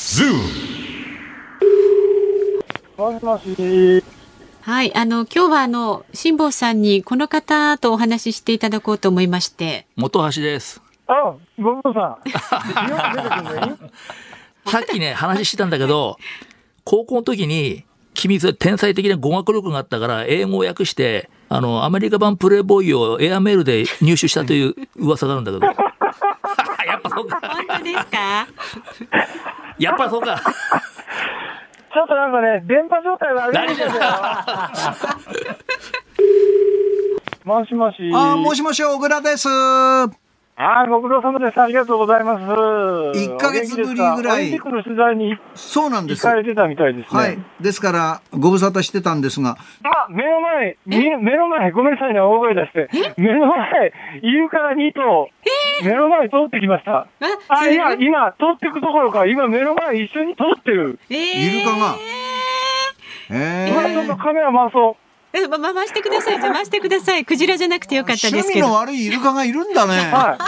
もしもし。 はい、今日は辛坊さんにこの方とお話ししていただこうと思いまして。 本橋です。 あ、ごめんなさい。 さっきね話してたんだけど、高校の時に君天才的な語学力があったから英語を訳してアメリカ版プレイボーイをエアメールで入手したという噂があるんだけどやっぱそうか。 本当ですか？ やっぱそうか。 ちょっとなんかね、電波状態悪いんですよ。もしもし。 もしもし、小倉です。 ご苦労様です。ありがとうございます。 1ヶ月ぶりぐらい。 オリンピックの取材にそうなんです。 行かれてたみたいですね。 はい。ですから、ご無沙汰してたんですが。 目の前、ごめんなさいね、大声出して。目の前、イルカが2頭、目の前通ってきました。いや、今、通っていくところか、今目の前一緒に通ってる。 イルカが。 ちょっとカメラ回そう。 回してください。回してください。クジラじゃなくてよかったですけど。 趣味の悪いイルカがいるんだね。 はい。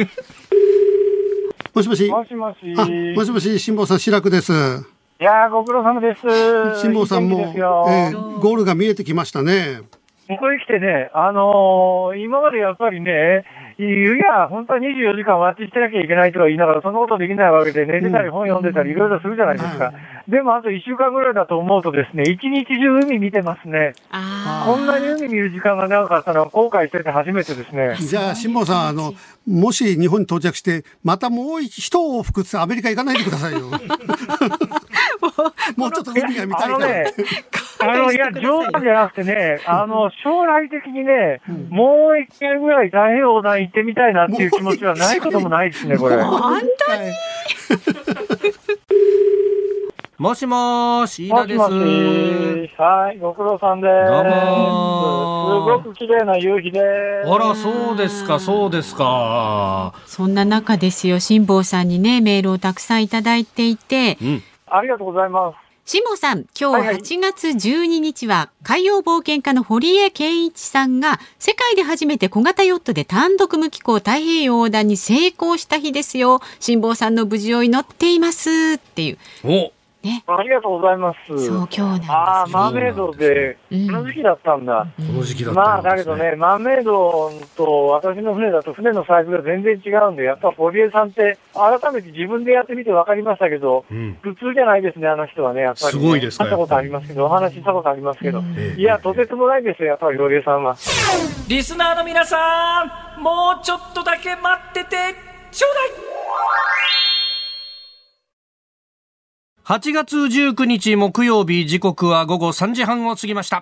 もしもし。 もしもし。 もしもし、辛坊さん、白くです。 いやー、ご苦労様です。 辛坊さんも、ゴールが見えてきましたね。 ここへ来てね、今までやっぱりね、本当は24時間待ちしてなきゃいけないとか言いながら、そんなことできないわけで、寝てたり本読んでたりいろいろするじゃないですか。でもあと1週間ぐらいだと思うとですね、一日中海見てますね。こんなに海見る時間が長かったのは後悔してて初めてですね。 じゃあ、辛坊さん、もし日本に到着して、またもう一往復アメリカ行かないでくださいよ。もうちょっと海が見たいから。 いや、冗談じゃなくてね、将来的にね、もう一回ぐらい太平洋横断行ってみたいなっていう気持ちはないこともないですね、これ。 本当に。 もしもーし、飯田です。 もしもし。はい、ご苦労さんです。 どうもすごく綺麗な夕日です。 あら、そうですか、そうですか。 そんな中ですよ、辛坊さんにね、メールをたくさんいただいていて。 ありがとうございます。 辛坊さん、今日8月12日は海洋冒険家の堀江謙一さんが世界で初めて小型ヨットで単独無寄港太平洋横断に成功した日ですよ。辛坊さんの無事を祈っていますっていう。 ね、ありがとうございます。 そう、今日なんです。 マーメイドで、この時期だったんだ。 この時期だったんですね。 まあ、だけどね、マーメイドと私の船だと船のサイズが全然違うんで、やっぱ堀江さんって、改めて自分でやってみて分かりましたけど、普通じゃないですね、あの人はね、やっぱり、ね。 すごいですか。 会ったことありますけど、お話したことありますけど。いや、とてつもないですよ、やっぱり堀江さんは。 リスナーの皆さん、もうちょっとだけ待ってて、ちょうだい。 8月19日木曜日、時刻は午後3時半を過ぎました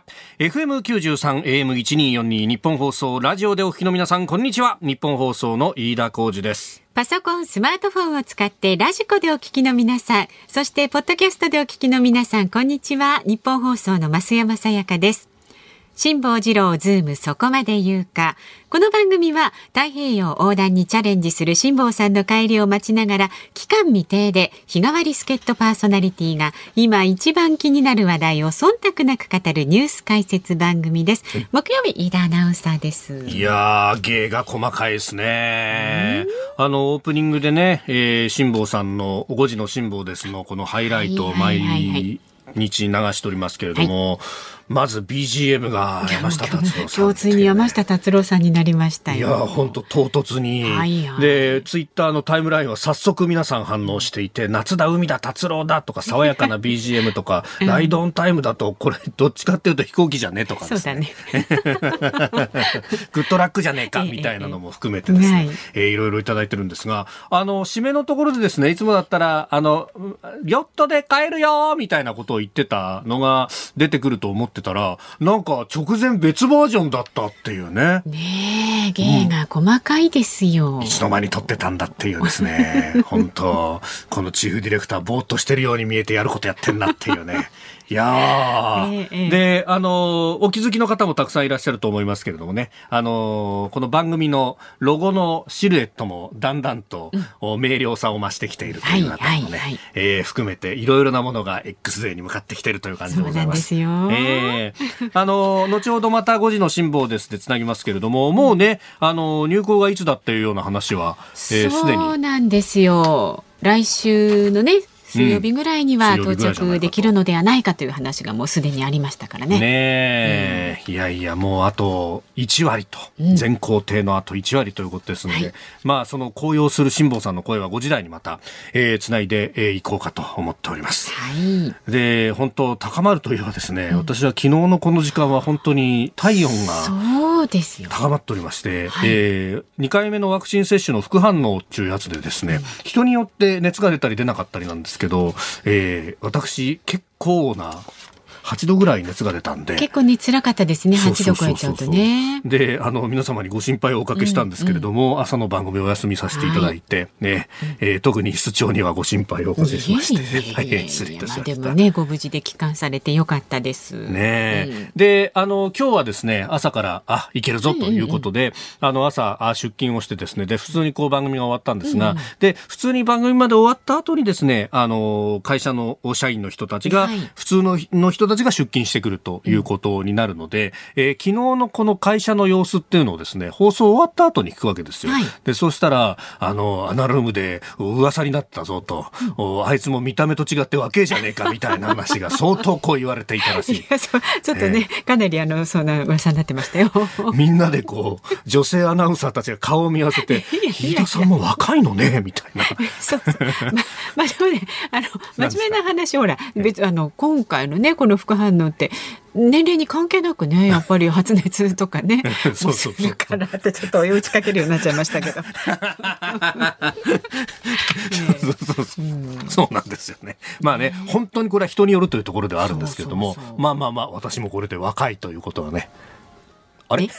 。FM93 AM1242 日本放送ラジオでお聞きの皆さん、こんにちは。日本放送の飯田浩司です。 パソコン、スマートフォンを使ってラジコでお聞きの皆さん、そしてポッドキャストでお聞きの皆さん、こんにちは。日本放送の増山さやかです。辛坊治郎ズームそこまで言うか。この番組は太平洋横断にチャレンジする辛坊さんの帰りを待ちながら期間未定で日替わり助っ人パーソナリティが今一番気になる話題を忖度なく語るニュース解説番組です。木曜日飯田アナウンサーです。 いやー、芸が細かいですね。オープニングでね、辛坊さんの5時の辛坊ですのこのハイライトを毎日流しておりますけれども、まず BGM が山下達郎さん。 今日ついに山下達郎さんになりましたよ。 いや、本当唐突に。で、ツイッターのタイムラインは早速皆さん反応していて、夏だ、海だ、達郎だとか、爽やかな BGM とか、ライドオンタイムだと、これ、どっちかっていうと飛行機じゃねとかですね。 そうだね。 グッドラックじゃねえか、みたいなのも含めてですね、いろいろいただいてるんですが、締めのところでですね、いつもだったら、ヨットで帰るよみたいなことを言ってたのが出てくると思ってたら、なんか直前別バージョンだったっていうね。 ねえ、芸が細かいですよ。 いつの間に撮ってたんだっていうですね。本当このチーフディレクターぼーっとしてるように見えてやることやってんなっていうね。いやー、で、お気づきの方もたくさんいらっしゃると思いますけれどもね、この番組のロゴのシルエットもだんだんと明瞭さを増してきているというあたりもね、含めていろいろなものが X 勢に向かってきているという感じでございます。 そうなんですよ。 後ほどまた5時の辛坊ですでつなぎますけれども、もうね、入校がいつだっていうような話は、すでに。 そうなんですよ。来週のね、 水曜日ぐらいには到着できるのではないかという話がもうすでにありましたからね。 ねえ、いやいや、もうあと1割と、全行程のあと1割ということですので、まあその高揚する辛坊さんの声は5時台にまた、つないでいこうかと思っております。で、本当高まるといえばですね、私は昨日のこの時間は本当に体温が高まっておりまして、2回目のワクチン接種の副反応っていうやつでですね、人によって熱が出たり出なかったりなんですけど、私結構な8度ぐらい熱が出たんで、 結構ね辛かったですね。8度超えちゃうとね。 で、皆様にご心配をおかけしたんですけれども、朝の番組をお休みさせていただいて、ね、特に室長にはご心配をおかけしまして大変失礼いたしました。 でもね、ご無事で帰還されてよかったですね。で、今日はですね、朝から行けるぞということで、朝出勤をしてですね、で普通にこう番組が終わったんですが、で普通に番組まで終わった後にですね、会社の社員の人たちが、普通の人たちが出勤してくるということになるので、昨日のこの会社の様子っていうのをですね、放送終わった後に聞くわけですよ。でそうしたらアナルームで噂になったぞと、あいつも見た目と違って若えじゃねえかみたいな話が相当こう言われていたらしい。 いやちょっとね、かなりそんな噂になってましたよ。 みんなでこう女性アナウンサーたちが顔を見合わせて飯田さんも若いのねみたいな。 そうそう。まあでもね、真面目な話、ほら別今回のねこの副反応って年齢に関係なくね、やっぱり発熱とかねそうそうそうからってちょっと追い打ちかけるようになっちゃいましたけどそうなんですよね。まあね、本当にこれは人によるというところではあるんですけれども、まあ私もこれで若いということはね、あれじ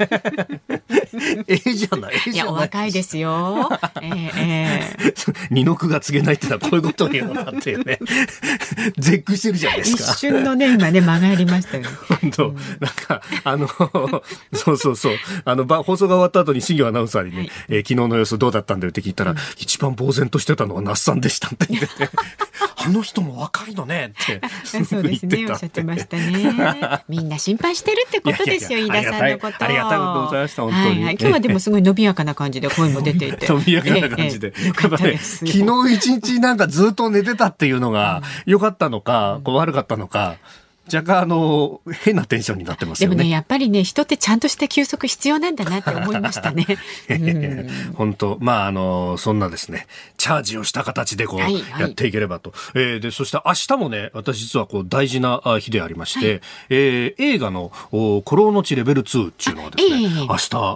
ゃない。 いやお若いですよ。 二の句が告げないっていうのはこういうことを言うのだっていうね。絶句してるじゃないですか。 一瞬のね今ね間がありましたよね。 本当、なんかそう放送が終わった後に新業アナウンサーにね、昨日の様子どうだったんだよって聞いたら、一番呆然としてたのは那須さんでしたって言ってて。あの人も若いのねってそうですね、おっしゃってましたね。みんな心配してるってことですよ、飯田さんのこと。 ありがたいことございました、本当に。 今日はでもすごい伸びやかな感じで声も出ていて。 伸びやかな感じで。やっぱね、昨日一日なんかずっと寝てたっていうのが良かったのか、悪かったのか。若干変なテンションになってますよね。 でもね、やっぱりね、人ってちゃんとした休息必要なんだなって思いましたね。 本当、そんなですね、チャージをした形でこう、やっていければと。で、そして明日もね、私実はこう大事な日でありまして、映画の孤狼の血レベル2っていうのがですね、明日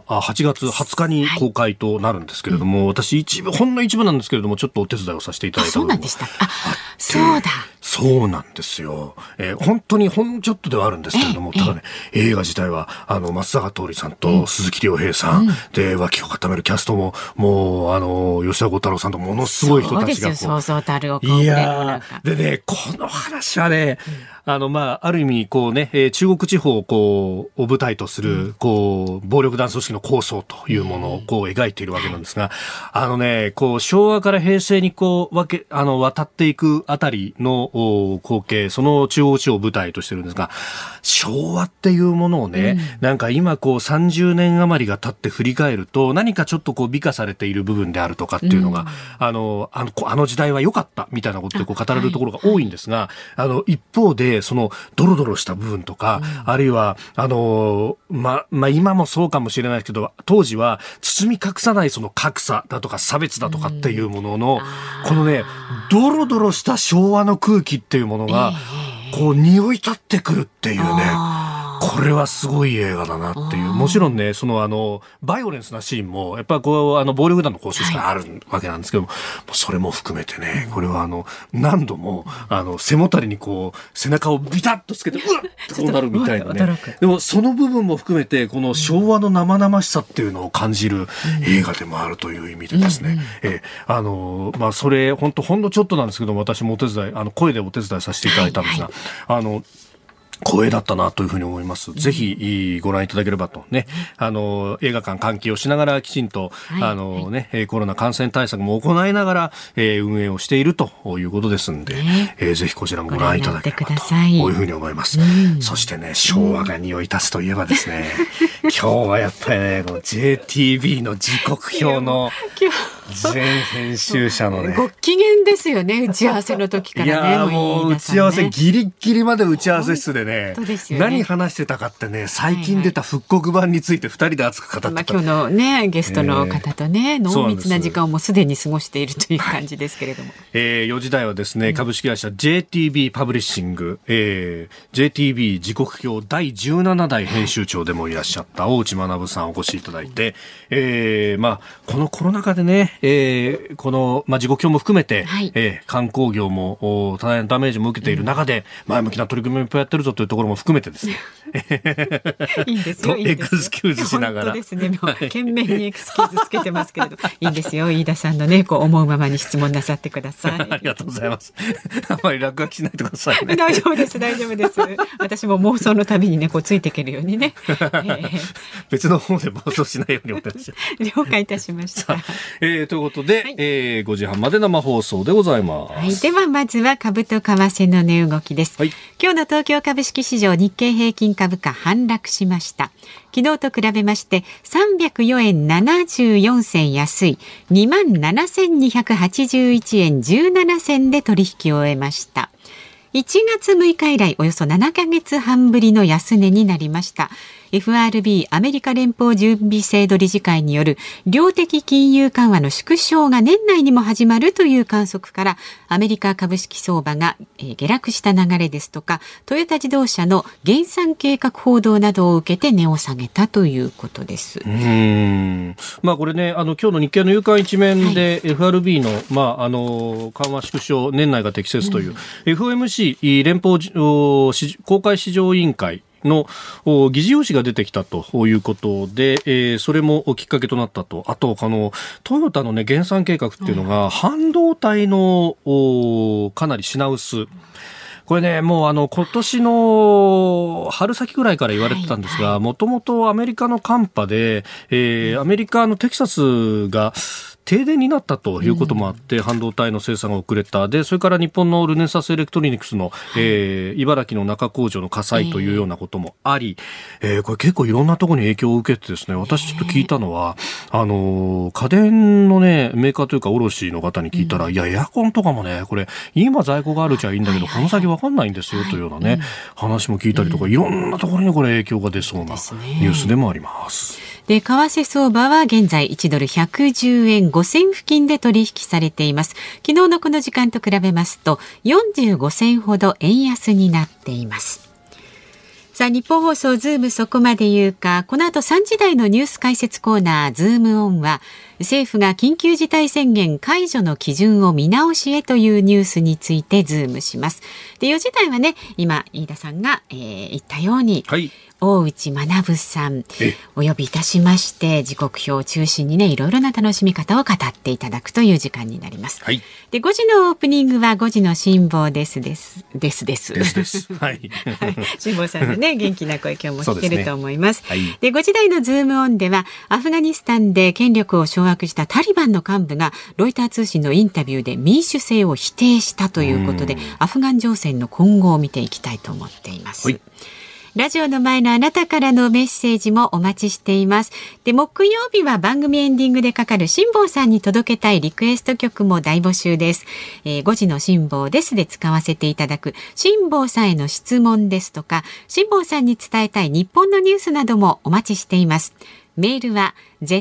8月20日に公開となるんですけれども、私ほんの一部なんですけれども、ちょっとお手伝いをさせていただいた部分も。 そうなんでした。そうだ。 そうなんですよ。本当にほんちょっとではあるんですけれども、ただね、映画自体は松坂桃李さんと鈴木亮平さん、で脇を固めるキャストももう吉田鋼太郎さんとものすごい人たちがそうそうたるおいやでね、この話はね、ある意味こうね、中国地方をこう舞台とするこう暴力団組織の構想というものをこう描いているわけなんですが、こう昭和から平成にこう渡っていくあたりの光景、その中国地方を舞台としてるんですが、昭和っていうものをね、なんか今こう30年余りが経って振り返ると、何かちょっとこう美化されている部分であるとかっていうのが、あの時代は良かったみたいなことでこう語られるところが多いんですが、一方でそのドロドロした部分とか、あるいは今もそうかもしれないけど、当時は包み隠さないその格差だとか差別だとかっていうものの、このね、ドロドロした昭和の空気っていうものがこう匂い立ってくるっていうね、これはすごい映画だなっていう。もちろんね、バイオレンスなシーンもやっぱりこう暴力団の構成しかあるわけなんですけども、それも含めてね、これは何度も背もたれにこう背中をビタッとつけてうわっとこうなるみたいなね。でもその部分も含めてこの昭和の生々しさっていうのを感じる映画でもあるという意味でですね、それほんのちょっとなんですけども、私もお手伝い声でお手伝いさせていただいたんですが、光栄だったなというふうに思います。ぜひご覧いただければとね、映画館換気をしながらきちんと、コロナ感染対策も行いながら、運営をしているということですんで、ぜひこちらもご覧いただければと、こういうふうに思います。そしてね、昭和が匂い足すといえばですね、今日はやっぱりね、JTB の時刻表の全編集者のね。 ご機嫌ですよね、打ち合わせの時からね。 いやもう打ち合わせギリギリまで打ち合わせ室でね、何話してたかってね、最近出た復刻版について2人で熱く語ってた。 今日のねゲストの方とね、濃密な時間をもうすでに過ごしているという感じですけれども、 4時台はですね、株式会社 JTB パブリッシング、JTB 時刻表第17代編集長でもいらっしゃった大内学さんお越しいただいて、このコロナ禍でね、この、時刻表も含めて、観光業も多大なダメージも受けている中で、前向きな取り組みをいっぱいやってるぞというところも含めてですねいいんですよ、 エクスキューズしながら、 本当ですね、もう懸命にエクスキューズつけてますけれどいいんですよ、飯田さんのねこう思うままに質問なさってくださいありがとうございますあまり落書きしないでくださいね大丈夫です大丈夫です私も妄想のたびにねこうついていけるようにね、 別の方で妄想しないようにお願いします了解いたしましたということで、5時半まで生放送でございます。 ではまずは株と為替の値動きです、今日の東京株式市場日経平均株価反落しました。昨日と比べまして304円74銭安い 27,281 円17銭で取引を終えました。1月6日以来およそ7ヶ月半ぶりの安値になりました。FRB アメリカ連邦準備制度理事会による量的金融緩和の縮小が年内にも始まるという観測からアメリカ株式相場が下落した流れですとかトヨタ自動車の減産計画報道などを受けて値を下げたということです。 これね今日の日経の夕刊一面で FRB の、緩和縮小年内が適切という、FOMC 連邦公開市場委員会の議事要旨が出てきたということで、それもきっかけとなったと。あとトヨタのね減産計画っていうのが半導体のかなり品薄、これねもう今年の春先ぐらいから言われてたんですが、もともとアメリカの寒波で、アメリカのテキサスが停電になったということもあって、半導体の生産が遅れた。で、それから日本のルネサスエレクトロニクスの、茨城の中工場の火災というようなこともあり、これ結構いろんなところに影響を受けてですね、私ちょっと聞いたのは、家電のね、メーカーというか卸の方に聞いたら、いや、エアコンとかもね、これ、今在庫があるじゃいいんだけど、この先わかんないんですよというようなね、話も聞いたりとか、いろんなところにこれ影響が出そうなニュースでもあります。 で、為替相場は現在1ドル110円5銭付近で取引されています。昨日のこの時間と比べますと45銭ほど円安になっています。さあ、日本放送ズームそこまで言うか、この後3時台のニュース解説コーナーズームオンは政府が緊急事態宣言解除の基準を見直しへというニュースについてズームします。で、4時台はね、今飯田さんが、言ったように、大内学さんお呼びいたしまして時刻表を中心にねいろいろな楽しみ方を語っていただくという時間になります、で5時のオープニングは5時の辛抱ですはい辛抱さんのね元気な声今日も聞けると思います。で5時台のズームオンではアフガニスタンで権力を掌握したタリバンの幹部がロイター通信のインタビューで民主制を否定したということでアフガン情勢の今後を見ていきたいと思っています。ラジオの前のあなたからのメッセージもお待ちしています。で、木曜日は番組エンディングでかかる辛坊さんに届けたいリクエスト曲も大募集です。5時の辛坊ですで使わせていただく辛坊さんへの質問ですとか、辛坊さんに伝えたい日本のニュースなどもお待ちしています。メールは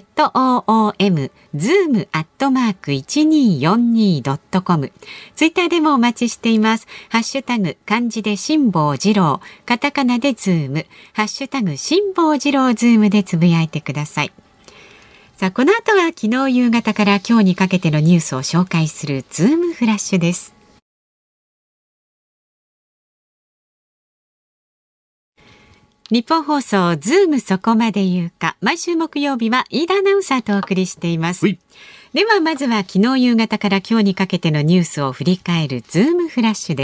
zoom@1242.com ツイッターでもお待ちしています。ハッシュタグ漢字で辛坊治郎、カタカナでズーム、ハッシュタグ辛坊治郎ズームでつぶやいてください。さあ、この後は昨日夕方から今日にかけてのニュースを紹介するズームフラッシュです。日本放送ズームそこまで言うか、毎週木曜日は飯田アナウンサーとお送りしています。ではまずは昨日夕方から今日にかけてのニュースを振り返るズームフラッシュです。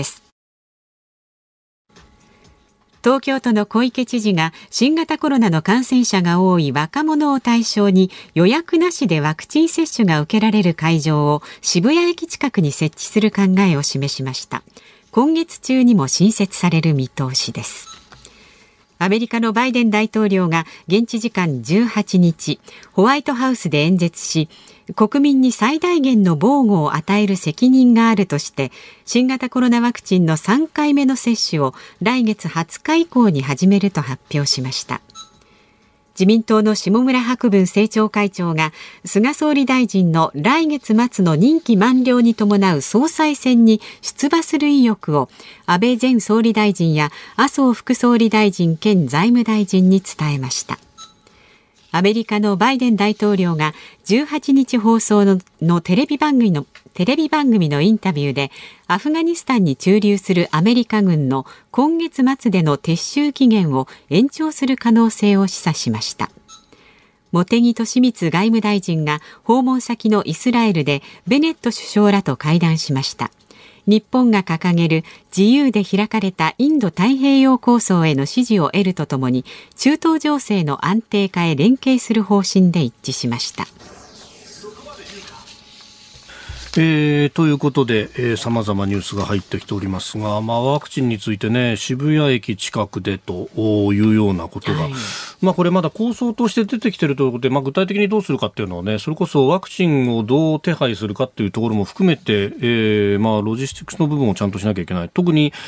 東京都の小池知事が新型コロナの感染者が多い若者を対象に予約なしでワクチン接種が受けられる会場を渋谷駅近くに設置する考えを示しました。今月中にも新設される見通しです。 アメリカのバイデン大統領が現地時間18日、ホワイトハウスで演説し、国民に最大限の防護を与える責任があるとして、新型コロナワクチンの3回目の接種を来月20日以降に始めると発表しました。自民党の下村博文政調会長が菅総理大臣の来月末の任期満了に伴う総裁選に出馬する意欲を安倍前総理大臣や麻生副総理大臣兼財務大臣に伝えました。アメリカのバイデン大統領が18日放送のテレビ番組のインタビューで、アフガニスタンに駐留するアメリカ軍の今月末での撤収期限を延長する可能性を示唆しました。茂木敏光外務大臣が訪問先のイスラエルでベネット首相らと会談しました。日本が掲げる自由で開かれたインド太平洋構想への支持を得るとともに、中東情勢の安定化へ連携する方針で一致しました。 ということで、様々ニュースが入ってきておりますが、ワクチンについてね、渋谷駅近くでというようなことが、これまだ構想として出てきているということで、具体的にどうするかっていうのはね、それこそワクチンをどう手配するかっていうところも含めて、ロジスティックスの部分をちゃんとしなきゃいけない。特に、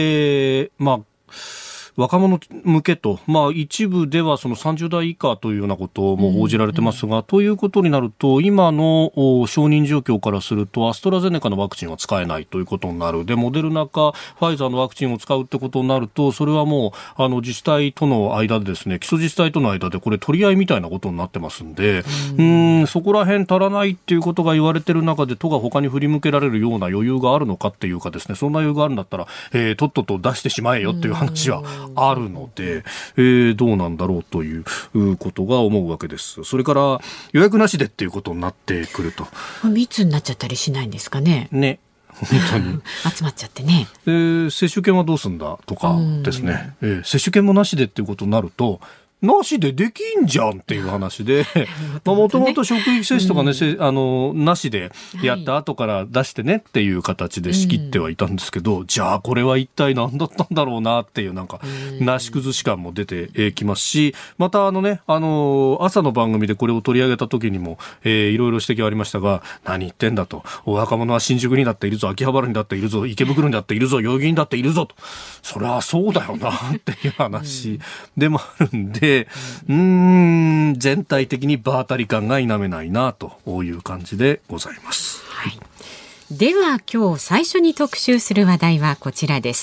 若者向けと、一部ではその30代以下というようなことも報じられてますが、ということになると、今の承認状況からすると、アストラゼネカのワクチンは使えないということになる。で、モデルナかファイザーのワクチンを使うってことになると、それはもう、自治体との間でですね、基礎自治体との間でこれ取り合いみたいなことになってますんで、そこら辺足らないっていうことが言われてる中で、都が他に振り向けられるような余裕があるのかっていうかですね、そんな余裕があるんだったら、とっとと出してしまえよっていう話はあるので、どうなんだろうということが思うわけです。それから予約なしでっていうことになってくると、 密になっちゃったりしないんですかね。 ね、本当に集まっちゃってね。 接種券はどうすんだとかですね、接種券もなしでっていうことになると、なしでできんじゃんっていう話で、もともと職域接種とかね、なしでやった後から出してねっていう形で仕切ってはいたんですけど、じゃあこれは一体何だったんだろうなっていう、なし崩し感も出てきますし、また朝の番組でこれを取り上げた時にも、いろいろ指摘がありましたが、何言ってんだと、若者は新宿にだっているぞ、秋葉原にだっているぞ、池袋にだっているぞ、代々木にだっているぞと、それはそうだよなっていう話でもあるんで、全体的に場当たり感が否めないなという感じでございます。 はい、では今日最初に特集する話題はこちらです。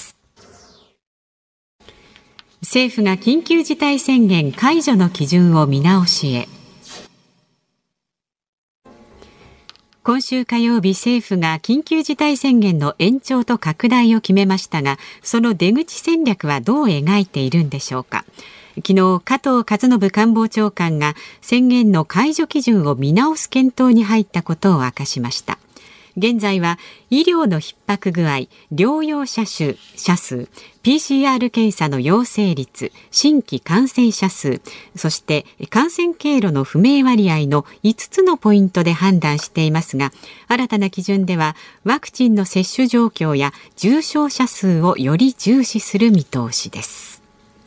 政府が緊急事態宣言解除の基準を見直しへ。今週火曜日、政府が緊急事態宣言の延長と拡大を決めましたが、その出口戦略はどう描いているんでしょうか。昨日、加藤勝信官房長官が宣言の解除基準を見直す検討に入ったことを明かしました。現在は医療の逼迫具合、療養者数、PCR 検査の陽性率、新規感染者数、そして感染経路の不明割合の5つのポイントで判断していますが、新たな基準ではワクチンの接種状況や重症者数をより重視する見通しです。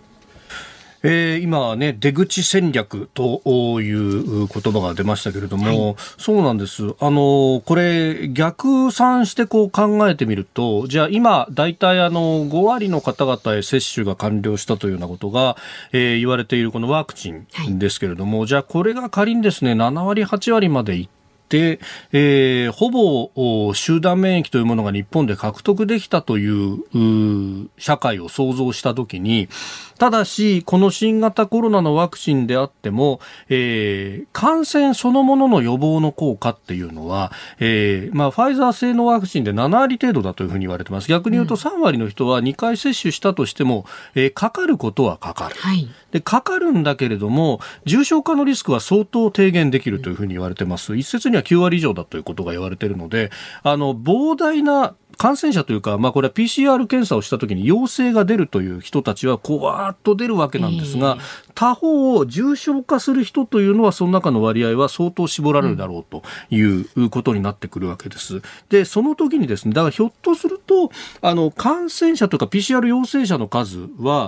今ね、出口戦略という言葉が出ましたけれども、そうなんです。これ逆算して考えてみると、じゃあ今だいたい5割の方々へ接種が完了したというようなことが、言われているこのワクチンですけれども、じゃあこれが仮にですね、7割8割までいってでほぼ集団免疫というものが日本で獲得できたという社会を創造したときに、ただしこの新型コロナのワクチンであっても、感染そのものの予防の効果っていうのは、ファイザー製のワクチンで7割程度だというふうに言われてます。逆に言うと3割の人は2回接種したとしても、かかることはかかる、でかかるんだけれども重症化のリスクは相当低減できるというふうに言われてます。一説には9割以上だということが言われているので、膨大な感染者というか、これは PCR 検査をしたときに陽性が出るという人たちはわーっと出るわけなんですが、他方重症化する人というのはその中の割合は相当絞られるだろうということになってくるわけです。でその時にですね、だからひょっとすると感染者とか PCR 陽性者の数は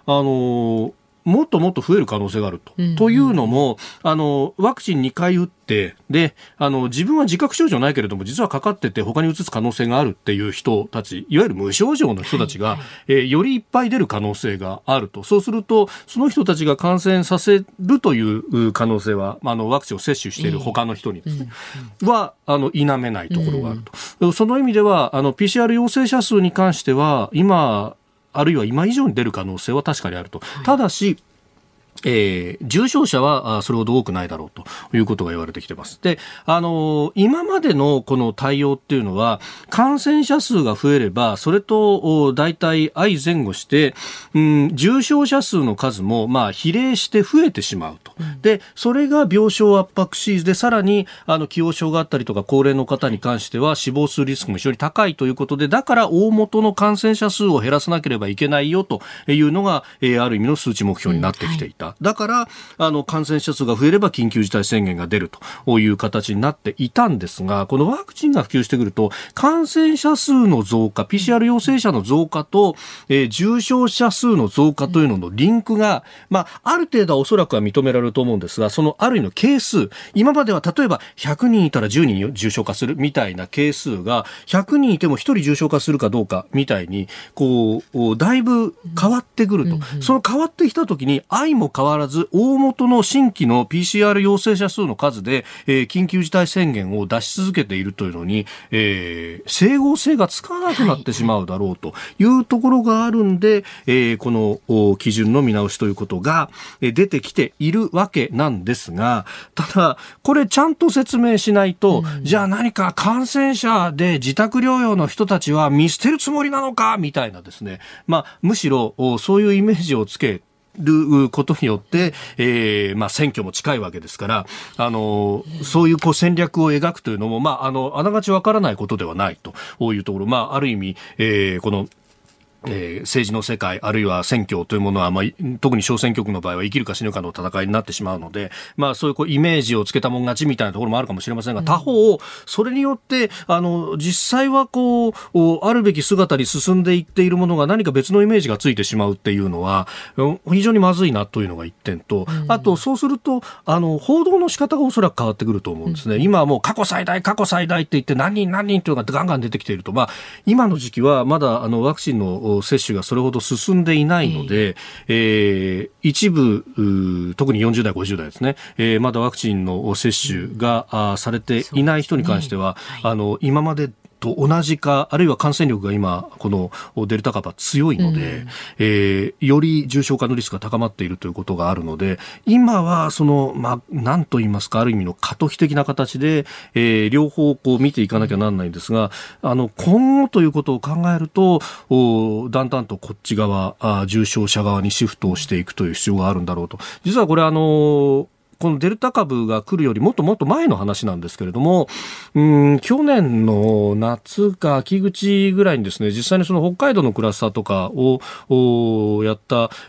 もっともっと増える可能性があると。というのも、ワクチン2回打って、で、自分は自覚症状ないけれども、実はかかってて他にうつす可能性があるっていう人たち、いわゆる無症状の人たちが、よりいっぱい出る可能性があると。そうすると、その人たちが感染させるという可能性は、ワクチンを接種している他の人にですね、は、否めないところがあると。その意味では、PCR 陽性者数に関しては、今、あるいは今以上に出る可能性は確かにあると。ただし、重症者はそれほど多くないだろうということが言われてきてます。で、今までのこの対応っていうのは、感染者数が増えれば、それと大体相前後して、重症者数の数も比例して増えてしまうと。で、それが病床圧迫し、で、さらに既往症があったりとか高齢の方に関しては死亡するリスクも非常に高いということで、だから大元の感染者数を減らさなければいけないよというのが、ある意味の数値目標になってきていた。だから感染者数が増えれば緊急事態宣言が出るという形になっていたんですが、このワクチンが普及してくると感染者数の増加、 PCR 陽性者の増加と、重症者数の増加というののリンクが、ある程度はおそらくは認められると思うんですが、そのある意味の係数、今までは例えば100人いたら10人重症化するみたいな係数が100人いても1人重症化するかどうかみたいにだいぶ変わってくると。その変わってきた時に相も変わらず大元の新規の PCR 陽性者数の数で、緊急事態宣言を出し続けているというのに、整合性がつかなくなってしまうだろうというところがあるんで、この基準の見直しということが出てきているわけなんですが、ただこれちゃんと説明しないと、じゃあ何か感染者で自宅療養の人たちは見捨てるつもりなのかみたいなですね、むしろそういうイメージをつけることによって、選挙も近いわけですから、そういう戦略を描くというのも、あながちわからないことではないというところ、ある意味、この政治の世界あるいは選挙というものは、特に小選挙区の場合は生きるか死ぬかの戦いになってしまうので、そういうイメージをつけたもん勝ちみたいなところもあるかもしれませんが、他方それによって実際はあるべき姿に進んでいっているものが何か別のイメージがついてしまうっていうのは非常にまずいなというのが一点と、あとそうすると報道の仕方がおそらく変わってくると思うんですね。今はもう過去最大って言って何人というのがガンガン出てきていると、今の時期はまだワクチンの接種がそれほど進んでいないので、一部特に40代50代ですね、まだワクチンの接種がされていない人に関しては、今までと同じか、あるいは感染力が今このデルタ株は強いので、より重症化のリスクが高まっているということがあるので、今は何と言いますか、ある意味の過渡期的な形で、両方見ていかなきゃなんないんですが、今後ということを考えるとだんだんとこっち側、重症者側にシフトをしていくという必要があるんだろうと。実はこれこのデルタ株が来るよりもっともっと前の話なんですけれども、去年の夏か秋口ぐらいにですね、実際にその北海道のクラスターとかをやった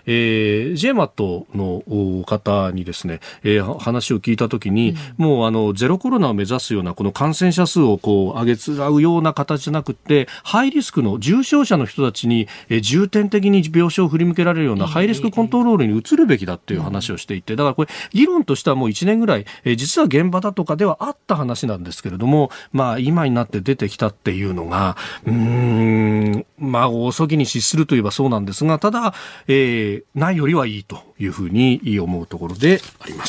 、JMAT の方にですね、話を聞いたときに、もうゼロコロナを目指すようなこの感染者数を上げつらうような形じゃなくて、ハイリスクの重症者の人たちに重点的に病床を振り向けられるようなハイリスクコントロールに移るべきだっていう話をしていて、だからこれ議論としてはもう1年ぐらい、実は現場だとかではあった話なんですけれども、今になって出てきたっていうのが遅きに失するといえばそうなんですが、ただ、ないよりはいいというふうに思うところであります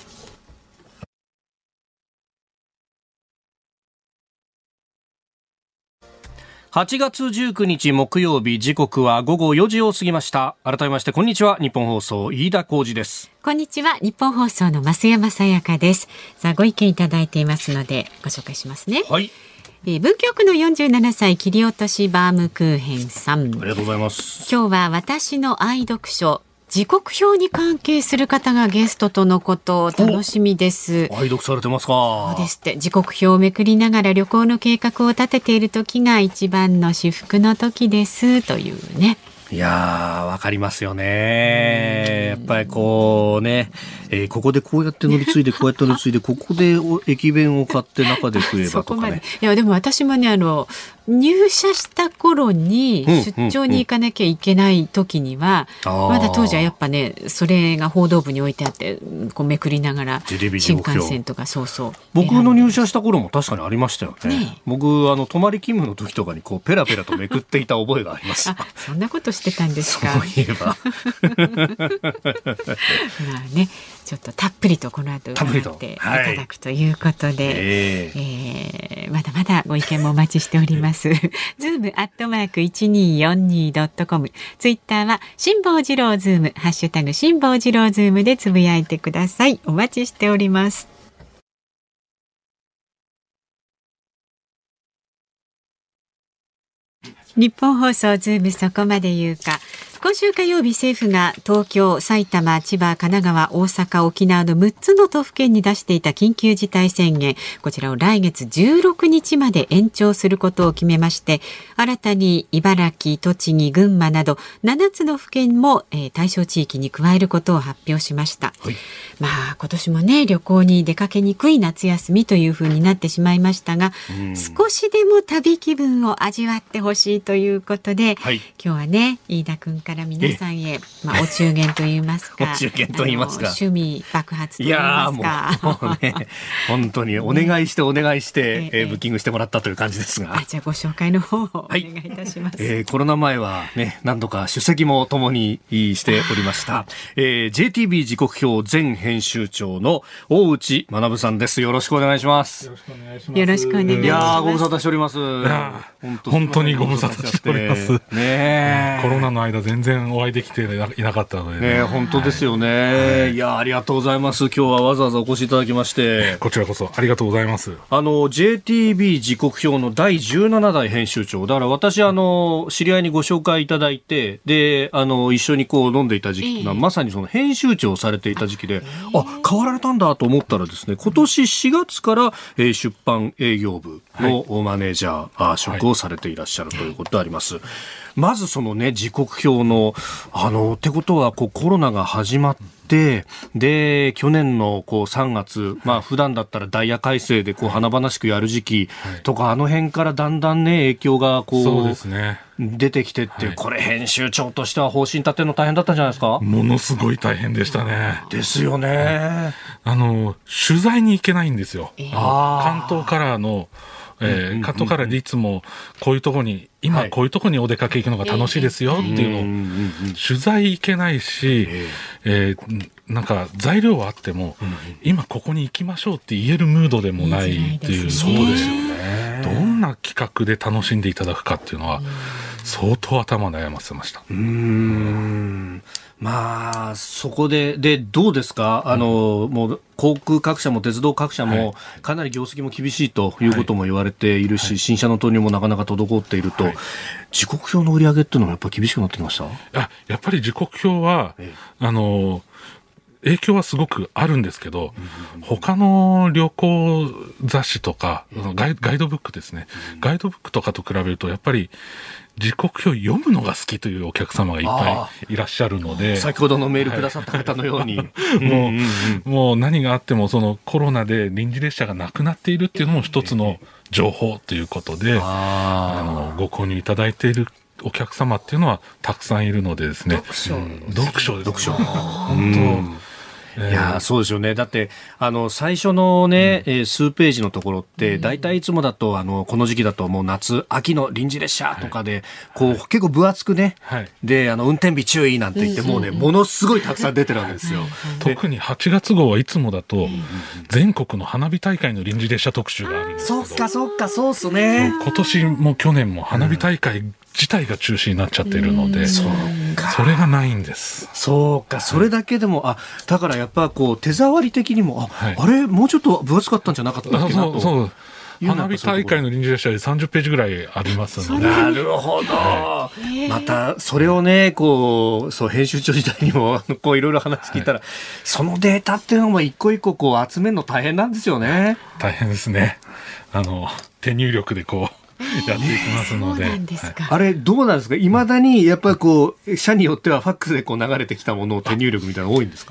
。8月19日木曜日、時刻は午後4時を過ぎました。改めましてこんにちは、日本放送飯田浩司です。 こんにちは、日本放送の増山さやかです。さあ、ご意見いただいていますのでご紹介しますね。 はい。 文京区の47歳切り落としバームクーヘンさん、 ありがとうございます。 今日は私の愛読書時刻表に関係する方がゲストとのこと、楽しみです。 愛読されてますか。 そうですって。時刻表をめくりながら旅行の計画を立てている時が一番の至福の時ですというね。 いやー、わかりますよね。やっぱりここでこうやって乗り継いでこうやって乗り継いでここで駅弁を買って中で食えばとかね。 いやでも私もね入社した頃に出張に行かなきゃいけない時には、まだ当時はやっぱねそれが報道部に置いてあってこうめくりながら新幹線とかそう僕の入社した頃も確かにありましたよね。僕泊まり勤務の時とかにこうペラペラとめくっていた覚えがあります。 そんなことしてたんですか。 そういえばまあねちょっとたっぷりとこの後伺っていただくということで、まだまだご意見もお待ちしております。zoom@1242.com ツイッターは辛坊治郎ズームハッシュタグ辛坊治郎ズームでつぶやいてください。お待ちしております。日本放送ズームそこまで言うか。今週火曜日政府が東京、埼玉、千葉、神奈川、大阪、沖縄の6つの都府県に出していた緊急事態宣言、こちらを来月16日まで延長することを決めまして、新たに茨城、栃木、群馬など7つの府県も、対象地域に加えることを発表しました。はい、まあ今年もね旅行に出かけにくい夏休みという風になってしまいましたが、少しでも旅気分を味わってほしいということで、今日はね飯田君から皆さんへ、お中元と言いますかお中元と言いますか趣味爆発と言いますか、 もうね本当にお願いしてお願いして、ブッキングしてもらったという感じですが、 じゃあご紹介の方をお願いいたします。 コロナ前はね何度か出席もともにしておりました、JTB 時刻表前編集長の大内学さんです。よろしくお願いします。 よろしくお願いします。よろしくお願いします。 いやご無沙汰しております。 本当にご無沙汰しております。コロナの間全然お会いできていなかったので本当ですよね。いやありがとうございます。今日はわざわざお越しいただきまして。 こちらこそありがとうございます。 JTB 時刻表の第17代編集長だから私知り合いにご紹介いただいてで一緒にこう飲んでいた時期が、まさにその編集長をされていた時期で、変わられたんだと思ったらですね、今年4月から、出版営業部のマネージャー、職をされていらっしゃるということであります。まずそのね時刻表のってことはコロナが始まってで去年の3月、普段だったらダイヤ改正で華々しくやる時期とか、あの辺からだんだんね影響がそうですね出てきてって、これ編集長としては方針立てるの大変だったんじゃないですか。 ものすごい大変でしたね。 ですよね。 取材に行けないんですよ。関東カラーの関東からでいつもこういうとこに今こういうとこにお出かけ行くのが楽しいですよっていうのを取材行けないし、なんか材料はあっても今ここに行きましょうって言えるムードでもないっていう。そうですよね。どんな企画で楽しんでいただくかっていうのは相当頭悩ませました。 そこでどうですか。もう航空各社も鉄道各社もかなり業績も厳しいということも言われているし、新車の投入もなかなか滞っていると、時刻表の売り上げっていうのもやっぱり厳しくなってきました。 やっぱり時刻表は影響はすごくあるんですけど、他の旅行雑誌とかガイドブックですね、ガイドブックとかと比べるとやっぱり時刻表読むのが好きというお客様がいっぱいいらっしゃるので、 先ほどのメールくださった方のように、 もう何があってもそのコロナで臨時列車がなくなっているっていうのも一つの情報ということで、ご購入いただいているお客様っていうのはたくさんいるのでですね。読書本当いやそうですよね。だって最初のね、数ページのところってだいたいいつもだとこの時期だともう夏秋の臨時列車とかで、結構分厚くね、で運転日注意なんて言ってもうね、ものすごいたくさん出てるわけですよ。 特に8月号はいつもだと全国の花火大会の臨時列車特集があるんですけど、 そうっすね。 今年も去年も花火大会自体が中止になっちゃっているので、それがないんです。 そうか、それだけでもだからやっぱ手触り的にもあれもうちょっと分厚かったんじゃなかったっけなと。 そう花火大会の臨時列車で30ページぐらいありますので。 なるほど、またそれをね編集長時代にもいろいろ話聞いたら、そのデータっていうのも一個一個集めるの大変なんですよね。 大変ですね。手入力でやっていきますので。 あれどうなんですか。いまだにやっぱり社によってはファックスで流れてきたものを手入力みたいなの多いんですか。 基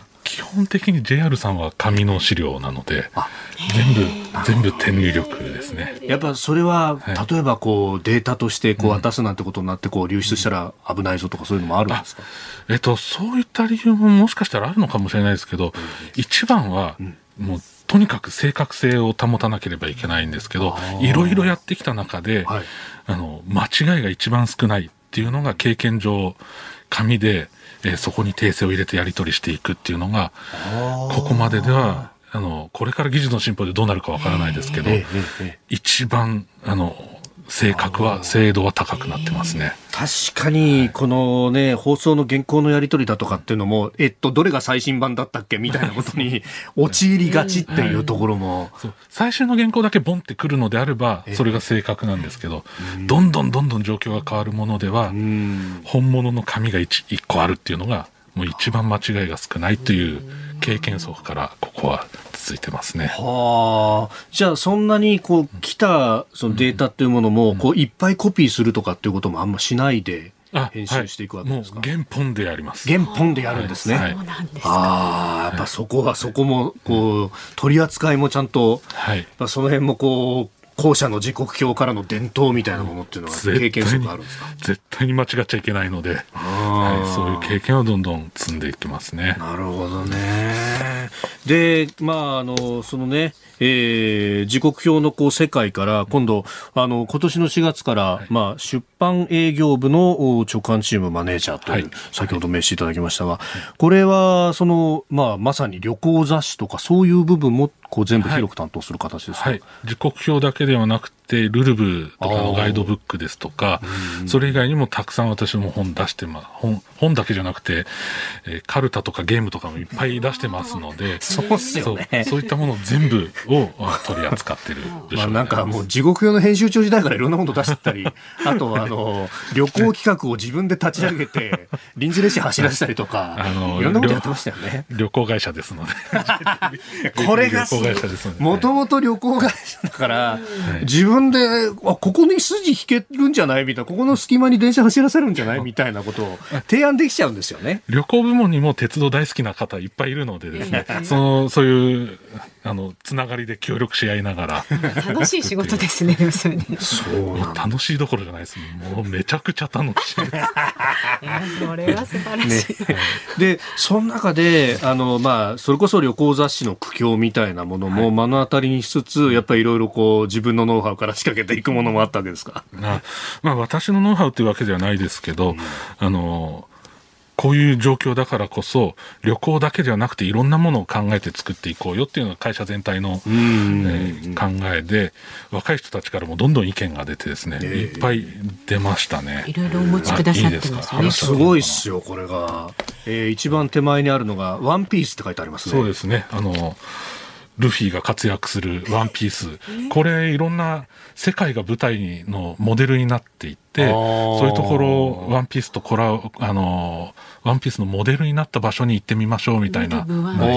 本的に JR さんは紙の資料なので全部手入力ですね。 やっぱそれは、例えばこうデータとしてこう渡すなんてことになってこう流出したら危ないぞとかそういうのもあるんですか？ そういった理由ももしかしたらあるのかもしれないですけど、一番はもうとにかく正確性を保たなければいけないんですけど、いろいろやってきた中で、間違いが一番少ないっていうのが経験上紙で、そこに訂正を入れてやり取りしていくっていうのがここまでではこれから技術の進歩でどうなるかわからないですけど、一番精度は高くなってますね。 確かにこのね放送の原稿のやり取りだとかっていうのもどれが最新版だったっけみたいなことに陥りがちっていうところも、 最新の原稿だけボンってくるのであればそれが正確なんですけど、どんどん状況が変わるものでは本物の紙が1個あるっていうのがもう一番間違いが少ないという経験則からここは続いてますね。 じゃあそんなにこう来たそのデータっていうものもこういっぱいコピーするとかっていうこともあんましないで編集していくわけですか？ もう原本でやります。 原本でやるんですね。やっぱそこもこう取り扱いもちゃんと、その辺もこう後者の時刻表からの伝統みたいなものっていうのは経験則あるんですか？ 絶対に間違っちゃいけないので、そういう経験をどんどん積んでいきますね。 なるほどね。で、そのね、時刻表のこう世界から今度今年の4月から、出版営業部の直販チームマネージャーという、先ほど名刺いただきましたが、これはまさに旅行雑誌とかそういう部分もこう全部広く担当する形ですか？ 時刻表だけではなくてルルブとかのガイドブックですとか、それ以外にもたくさん私も本出して本だけじゃなくて、カルタとかゲームとかもいっぱい出してますので、 そうっすよね。 そういったもの全部を取り扱ってる部署なんかもう時刻表の編集長時代からいろんなもの出してたり、あと旅行企画を自分で立ち上げて臨時列車走らせたりとかいろんなことやってましたよね。 旅行会社ですのでこれがもともと旅行会社だから、自分でここに筋引けるんじゃないみたいな、ここの隙間に電車走らせるんじゃないみたいなことを提案できちゃうんですよね。 旅行部門にも鉄道大好きな方いっぱいいるのでですねそういうつながりで協力し合いながら楽しい仕事ですね。 楽しいどころじゃないです。もうめちゃくちゃ楽しいそれは素晴らしい、 でその中でそれこそ旅行雑誌の苦境みたいなものも目の当たりにしつつ、やっぱりいろいろこう自分のノウハウから仕掛けていくものもあったわけですか？ 私のノウハウというわけではないですけど、こういう状況だからこそ旅行だけではなくていろんなものを考えて作っていこうよっていうのが会社全体の、考えで、若い人たちからもどんどん意見が出てですね、いっぱい出ましたね。 いろいろお持ちくださってますね。 すごいっすよこれが、一番手前にあるのがワンピースって書いてありますね。 そうですね。ルフィが活躍するワンピース、これいろんな世界が舞台のモデルになっていて、そういうところワンピースとワンピースのモデルになった場所に行ってみましょうみたいな、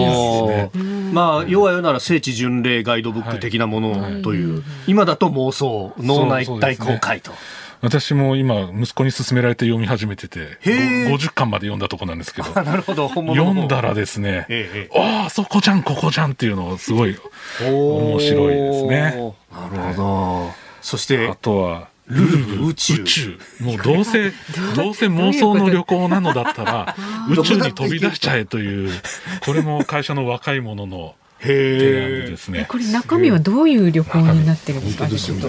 要は言うなら聖地巡礼ガイドブック的なものという、今だと妄想脳内大公開と。 私も今息子に勧められて読み始めてて50巻まで読んだとこなんですけどなるほど、 読んだらですね、そこじゃんここじゃんっていうのがすごい面白いですね。 なるほど。そしてあとはルーブ宇宙もうどうせ妄想の旅行なのだったら宇宙に飛び出しちゃえというこれも会社の若い者の提案ですね。 これ中身はどういう旅行になってるんですか？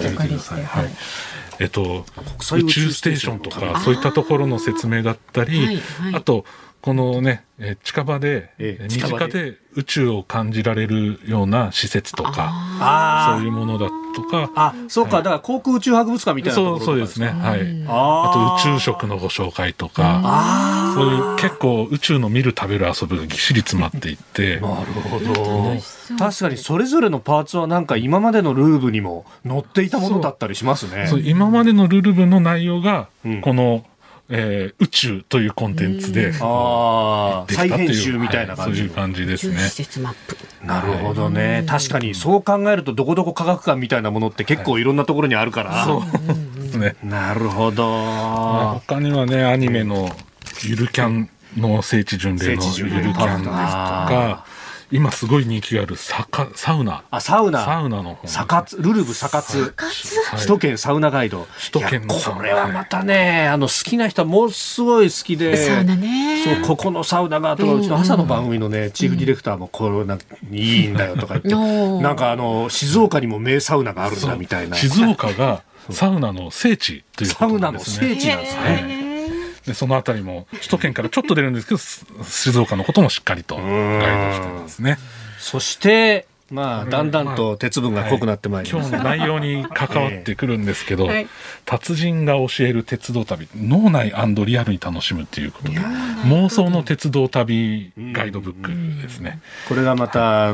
宇宙ステーションとかそういったところの説明だったり、あとこのね近場で身近で宇宙を感じられるような施設とかそういうものだとか、 そうか、だから航空宇宙博物館みたいなところそうですね。あと宇宙食のご紹介とか、そういう結構宇宙の見る食べる遊ぶがぎっしり詰まっていってなるほど。確かにそれぞれのパーツはなんか今までのルーブにも載っていたものだったりしますね。 今までのルーブの内容がこの宇宙というコンテンツで再編集みたいな感じ、 そういう感じですね。 施設マップ。 なるほどね。確かにそう考えるとどこどこ科学館みたいなものって結構いろんなところにあるから、 そうですね。 なるほど。 他にはねアニメのゆるキャンの聖地巡礼のゆるキャンですとか、今すごい人気があるサウナの本、 ルルブサカツ首都圏サウナガイド。 首都圏のこれはまたね、好きな人はもうすごい好きで、 サウナね、 そうここのサウナがとか、うちの朝の番組のねチーフディレクターもこれなんかいいんだよとか言って、なんか静岡にも名サウナがあるんだみたいな。 静岡がサウナの聖地ということなんですね。 サウナの聖地なんですね。 でそのあたりも首都圏からちょっと出るんですけど、静岡のこともしっかりとガイドしてますね。 そしてだんだんと鉄分が濃くなってまいります、 今日の内容に関わってくるんですけど、達人が教える鉄道旅、脳内&リアルに楽しむということで、妄想の鉄道旅ガイドブックですね。 これがまた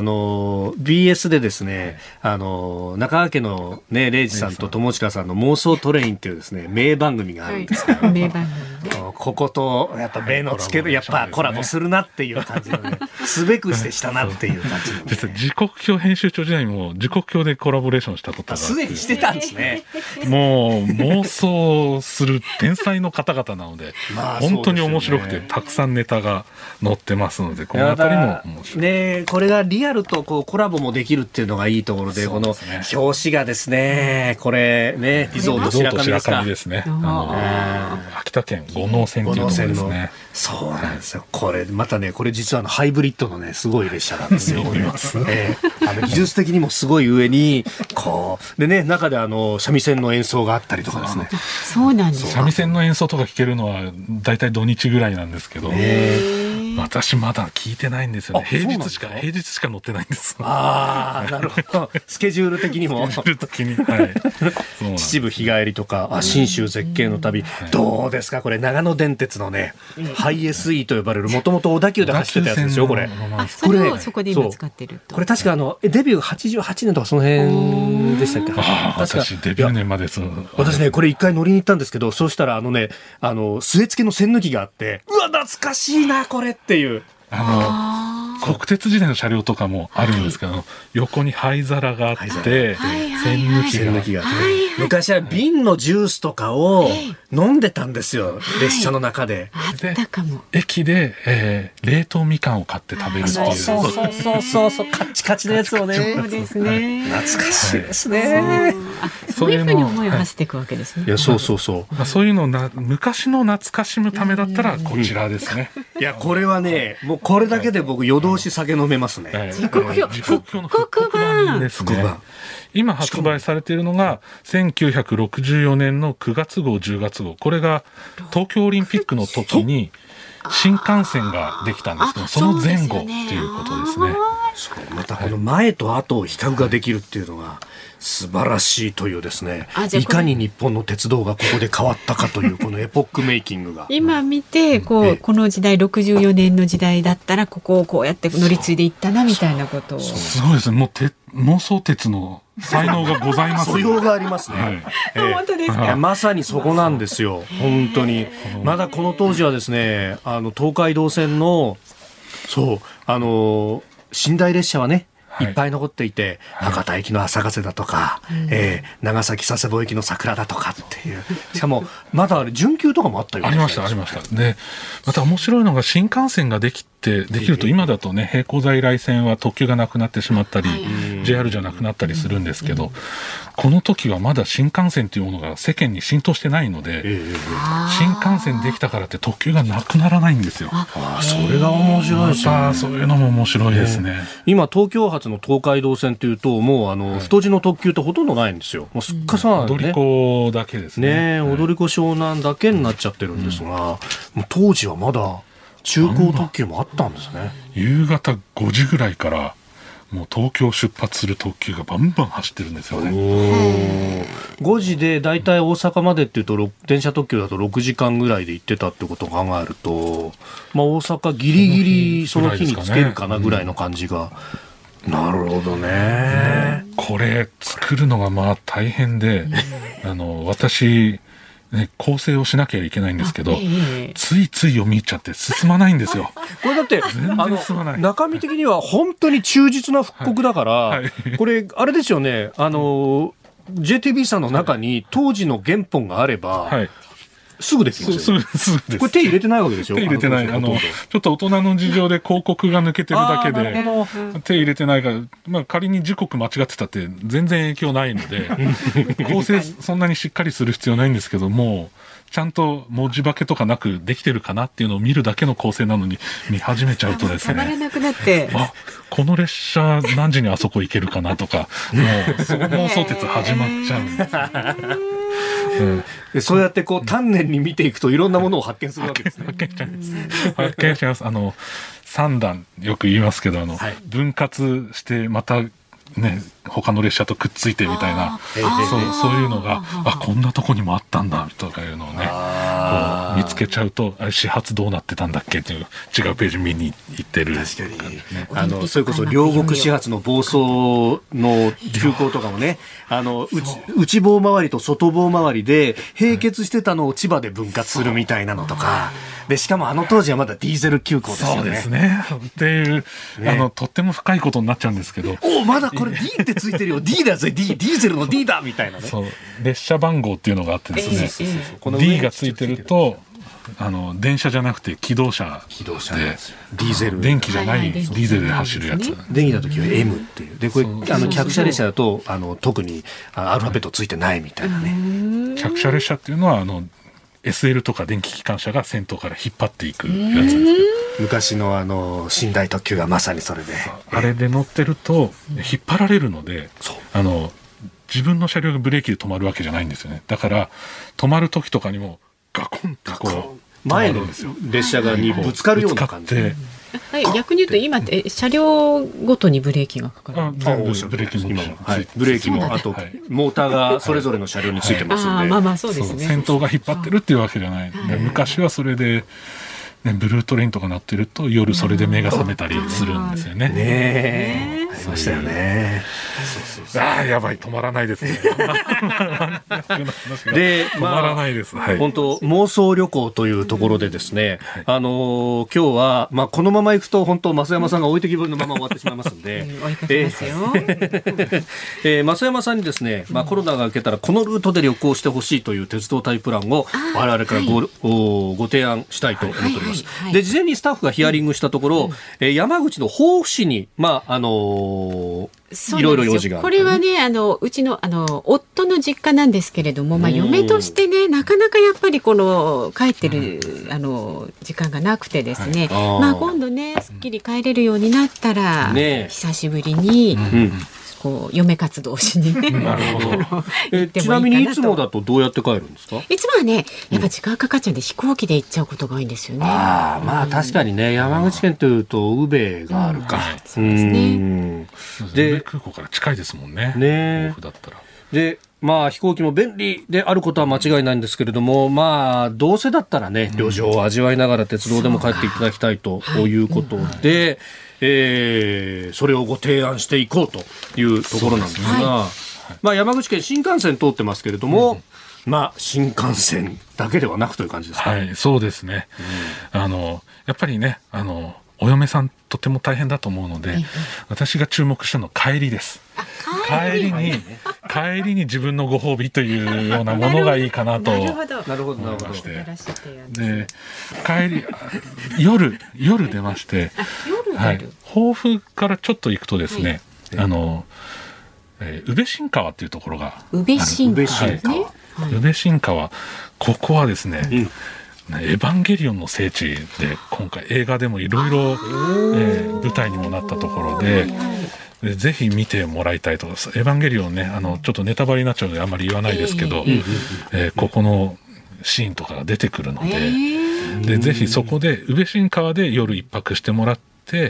BS でですね、中川家のね礼二さんと友近さんの妄想トレインっていうですね名番組があるんですけど、名番組、こことやっぱ目のつけるやっぱコラボするなっていう感じのね、すべくしてしたなっていう感じの、ね、 実は時刻表編集長時代にも時刻表でコラボレーションしたことがすでにしてたんですね。 もう妄想する天才の方々なので、本当に面白くてたくさんネタが載ってますので、このあたりも面白いね。これがリアルとこうコラボもできるっていうのがいいところで、この表紙がですね、これね、リゾート白神ですね。 秋田県五能線というところですね。 そうなんですよ。これまたね、これ実はハイブリッドのねすごい列車なんですよ。技術的にもすごい上にこうでね、中で三味線の演奏があったりとかですね。 そうなんですか。 三味線の演奏とか聴けるのはだいたい土日ぐらいなんですけど、私まだ聞いてないんですよね。平日しか載ってないんです。 なるほど。スケジュール的にも秩父日帰りとか信州絶景の旅、どうですかこれ。長野電鉄のね、ハイ SE と呼ばれる、もともと小田急で走ってたやつですよ。これそれをそこで今使ってると。 これ確かデビュー88年とかその辺でしたっけ。 私デビュー年まで。 私ね、これ一回乗りに行ったんですけど、そうしたら据え付けの線抜きがあって、うわ懐かしいなこれっていう。 国鉄時代の車両とかもあるんですけど、横に灰皿があって線抜きがあって、 昔は瓶のジュースとかを飲んでたんですよ、列車の中で。 駅で、冷凍みかんを買って食べるっていう。 そうカッチカチのやつをね。 そうですね。 懐かしいですね。 そういうふうに思いを馳せていくわけですね。 いやそういうの昔の懐かしむためだったらこちらですね。 いやこれはね、もうこれだけで僕夜通し酒飲めますね。 時刻表の復刻版ですね。今発売されているのが1964年の9月号10月号。これが東京オリンピックの時に新幹線ができたんですけど、その前後っていうことですね。 またこの前と後を比較ができるっていうのが素晴らしいというですね、いかに日本の鉄道がここで変わったかというこのエポックメイキングが今見てこの時代64年の時代だったらここをこうやって乗り継いでいったなみたいなことを。 すごいですね。もう妄想鉄の才能がございます、 素養がありますね。 本当ですか。 まさにそこなんですよ。本当にまだこの当時はですね、東海道線の寝台列車はねいっぱい残っていて、博多駅の朝風だとか、長崎佐世保駅の桜だとかっていう、しかもまだ準急とかもあったよね。 ありましたで、また面白いのが新幹線ができると、今だとね並行在来線は特急がなくなってしまったり、JR じゃなくなったりするんですけど、この時はまだ新幹線というものが世間に浸透してないので、新幹線できたからって特急がなくならないんですよ。 それが面白いですよね。 そういうのも面白いですね。 今東京発の東海道線というと、もう太字の特急ってほとんどないんですよ。もうすっかさ踊り子だけですね。 踊り子湘南だけになっちゃってるんですが、もう当時はまだ中高特急もあったんですね。 夕方5時ぐらいからもう東京出発する特急がバンバン走ってるんですよね。 5時でだいたい大阪までっていうと電車特急だと6時間ぐらいで行ってたってことを考えると、大阪ギリギリその日につけるかなぐらいの感じが。なるほどね。 これ作るのが大変で、私構成をしなきゃいけないんですけど、ついつい読み入っちゃって進まないんですよ。 これだって中身的には本当に忠実な復刻だから、これあれですよね、JTB さんの中に当時の原本があれば、 すぐできますよね。 すぐです。 これ手入れてないわけでしょ。 手入れてない。ちょっと大人の事情で広告が抜けてるだけで、手入れてないから、まあ仮に時刻間違ってたって全然影響ないので、構成そんなにしっかりする必要ないんですけども、ちゃんと文字化けとかなくできてるかなっていうのを見るだけの構成なのに見始めちゃうとですね。 たまらなくなって。 この列車何時にあそこ行けるかなとか、もう妄想鉄始まっちゃうんです。 でそうやってこう丹念に見ていくといろんなものを発見するわけですね。 発見します。三段よく言いますけど、分割してまたね、他の列車とくっついてみたいな、そういうのが、こんなとこにもあったんだとかいうのをね、こう見つけちゃうと、あれ始発どうなってたんだっけっていう違うページ見に行ってる。 確かに、それこそ両国始発の房総の急行とかもね、内房周りと外房周りで並結してたのを千葉で分割するみたいなのとか、でしかも当時はまだディーゼル急行ですよね。 そうですね。っていう、とっても深いことになっちゃうんですけど。 まだこれ D ってついてるよ。D だぜ、ディーゼルの D だみたいなね。 そう。列車番号っていうのがあってですね。D がついてると、電車じゃなくて機動車で、 ディーゼル。 電気じゃないディーゼルで走るやつ。 電気の時は M っていう。で、これ、客車列車だと、特にアルファベットついてないみたいなね。 客車列車っていうのは、SL とか電気機関車が先頭から引っ張っていくやつです。 昔の寝台特急がまさにそれで。 あれで乗ってると、引っ張られるので、自分の車両がブレーキで止まるわけじゃないんですよね。だから、止まる時とかにも、ガコンとこう、 前の列車にぶつかるような感じで。 逆に言うと今って車両ごとにブレーキがかかる。 ブレーキもブレーキもあとモーターがそれぞれの車両についてますので、 まあそうですね。 先頭が引っ張ってるっていうわけじゃない。昔はそれでブルートレインとか鳴ってると夜それで目が覚めたりするんですよね。 ねえ、ありましたよね。 やばい、止まらないですね。 で、 止まらないです。 本当妄想旅行というところでですね、今日はこのまま行くと本当増山さんが置いてきぼりのまま終わってしまいますんで、増山さんにですね、コロナが明けたらこのルートで旅行してほしいという鉄道タイプ欄を我々からご提案したいと思っております。で、事前にスタッフがヒアリングしたところ、山口の防府市にいろいろ用事がある。 これはね、うちの夫の実家なんですけれども、嫁としてね、なかなかやっぱり帰ってる時間がなくてですね、今度ねすっきり帰れるようになったら、久しぶりに、嫁活動しにね。 なるほど。ちなみにいつもだとどうやって帰るんですか？ いつもはね、やっぱ時間かかっちゃうんで飛行機で行っちゃうことが多いんですよね。 確かにね、山口県というと宇部があるか。 そうですね。 で、空港から近いですもんね。 ね。 だったら。 で、飛行機も便利であることは間違いないんですけれども、どうせだったらね、旅情を味わいながら鉄道でも帰っていただきたいということで、それをご提案していこうというところなんですが、山口県新幹線通ってますけれども、新幹線だけではなくという感じですか？ はい、そうですね。やっぱりね、お嫁さんとても大変だと思うので、私が注目したのは帰りです。帰りに自分のご褒美というようなものがいいかなと思いまして、で、夜出まして、防府からちょっと行くとですね、宇部新川っていうところが、 宇部新川、ここはですね、エヴァンゲリオンの聖地で、今回映画でもいろいろ舞台にもなったところで、ぜひ見てもらいたいと思います。エヴァンゲリオンね、ちょっとネタバレになっちゃうのであんまり言わないですけど、ここのシーンとかが出てくるので、ぜひそこで宇部新川で夜一泊してもらって、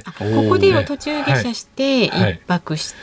ここで途中下車して一泊して、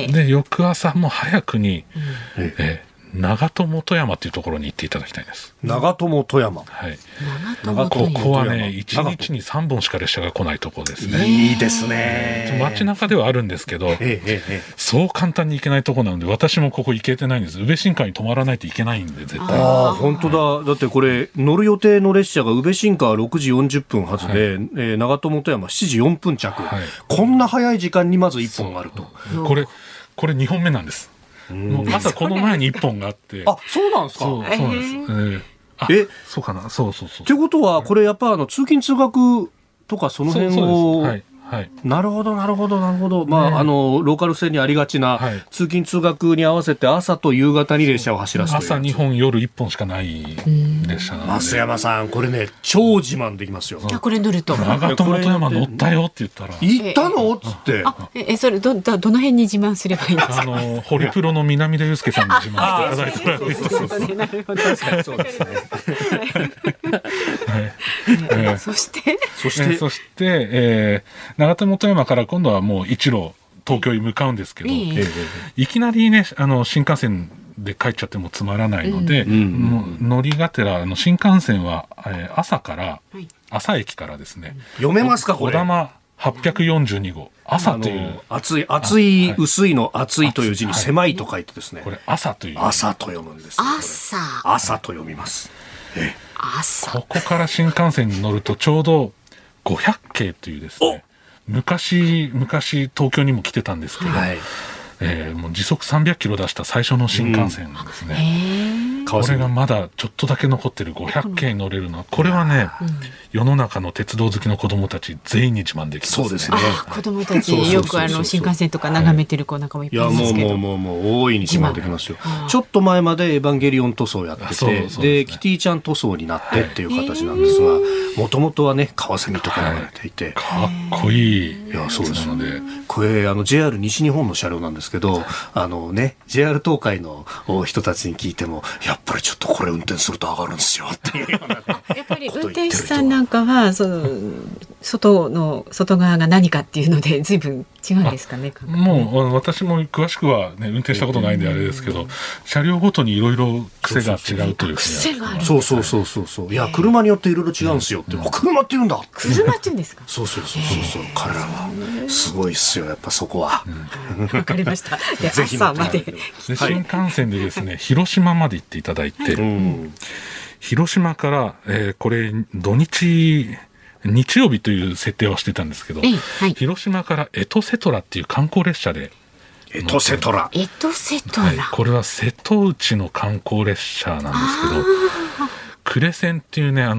で翌朝も早くに、長友富山というところに行っていただきたいです。 長友富山。 はい。ここはね、1日に3本しか列車が来ないところですね。 いいですね。 街中ではあるんですけど、そう簡単に行けないところなので、私もここ行けてないんです。宇部新川に止まらないといけないんで、絶対。 本当だ。だってこれ、乗る予定の列車が宇部新川6時40分発で、長友富山7時4分着。こんな早い時間にまず1本あると。 これ2本目なんです。まだこの前に1本があって。 そうなんですか。 そうなんです。 そうかな、そうそうそう。 ということはこれやっぱ通勤通学とかその辺を、 はいはい、 なるほどなるほどなるほど、まあローカル線にありがちな、はい、通勤通学に合わせて朝と夕方に列車を走らせて朝2本夜1本しかない列車なので、 増山さんこれね超自慢できますよ。 いやこれ乗ると長友と山乗ったよって言ったら行ったのっつってそれどの辺に自慢すればいいんですか。 ホリプロの南田祐介さんに自慢していただいてるんです。 なるほど確かにそうですね。そして長友と山から今度はもう一路東京に向かうんですけど、いきなりね新幹線で帰っちゃってもつまらないので、乗りがてら新幹線は、朝駅からですね、 読めますかこれ、 小玉842号朝という厚い薄いの厚いという字に狭いと書いてですね、 これ朝という朝と読むんです。朝と読みます。 ここから新幹線に乗るとちょうど500系というですね、昔東京にも来てたんですけど、もう時速300キロ出した最初の新幹線なんですね。これがまだちょっとだけ残ってる500系に乗れるのは、これはね、世の中の鉄道好きの子どもたち全員に自慢できますね。 そうですね。 子どもたちよく新幹線とか眺めてる子なんかもいっぱいいますけど、 もう大いに自慢できますよ。ちょっと前までエヴァンゲリオン塗装やってて、でキティちゃん塗装になってっていう形なんですが、もともとはねカワセミとかやられていて、 かっこいい。 いやそうですので、これJR 西日本の車両なんですけど、JR 東海の人たちに聞いてもやっぱりちょっとこれ運転すると上がるんですよっていうような、 やっぱり運転手さんなんかは外側が何かっていうので随分違うんですかね。 もう私も詳しくは、ね、運転したことないんであれですけど、車両ごとにいろいろ癖が違うという癖がある。 そういや車によっていろいろ違うんですよって、車って言うんだ。 車って言うんですか。 そう彼らはすごいっすよやっぱそこは。 わかりました。で朝まで新幹線でですね広島まで行っていただいて、広島から、これ日曜日という設定をしてたんですけど、広島からエトセトラっていう観光列車で、 エトセトラ、 これは瀬戸内の観光列車なんですけど、呉線っていうね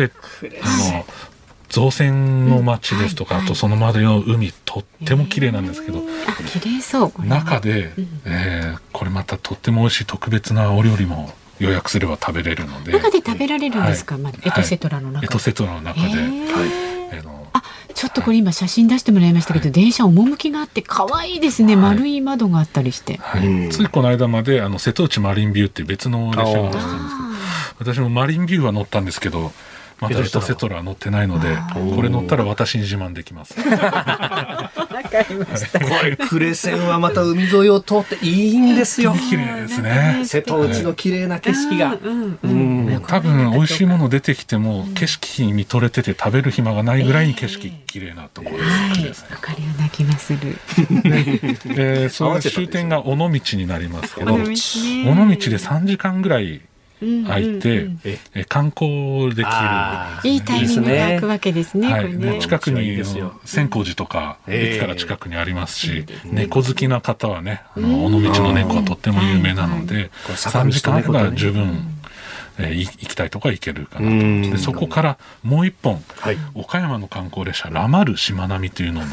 造船の町ですとか、あとその周りの海とっても綺麗なんですけど、 綺麗そう中で、これまたとっても美味しい特別なお料理も予約すれば食べれるので。 中で食べられるんですか。エトセトラの中で。 エトセトラの中で。 ちょっとこれ今写真出してもらいましたけど、電車趣があって可愛いですね。丸い窓があったりして。 ついこの間まで瀬戸内マリンビューっていう別の列車が乗ってたんですけど、私もマリンビューは乗ったんですけど、まだエトセトラは乗ってないので、これ乗ったら私に自慢できます。 わかりました。 これ呉線はまた海沿いを通っていいんですよ。 綺麗ですね。 瀬戸内の綺麗な景色が。 多分美味しいもの出てきても景色に見とれてて食べる暇がないぐらいに景色綺麗なところですね。 わかるような気がする。 その終点が尾道になりますけど、尾道で3時間ぐらい空いて、観光できるいいタイミングが空くわけですね。 もう近くに千光寺とか駅から近くにありますし、猫好きな方はね尾道の猫はとっても有名なので、3時間あれば十分行きたいとこは行けるかなと。でそこからもう一本、岡山の観光列車ラマルしまなみというのも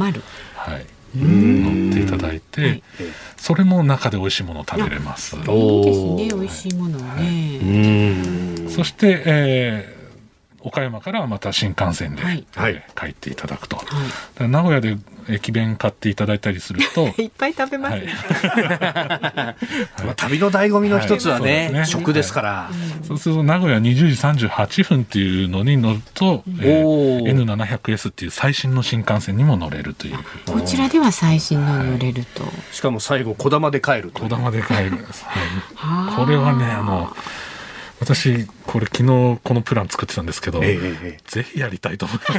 乗っていただいて、それも中で美味しいものを食べれます。 いいですね、美味しいものをね。 そして、岡山からはまた新幹線で、帰っていただくと。名古屋で駅弁買っていただいたりするといっぱい食べますね。 旅の醍醐味の一つはね、食ですから。 そうすると名古屋20時38分っていうのに乗ると、N700S っていう最新の新幹線にも乗れるという。 こちらでは最新の乗れると。 しかも最後こだまで帰ると。 こだまで帰る。これはね私これ昨日このプラン作ってたんですけど、ぜひやりたいと思いました。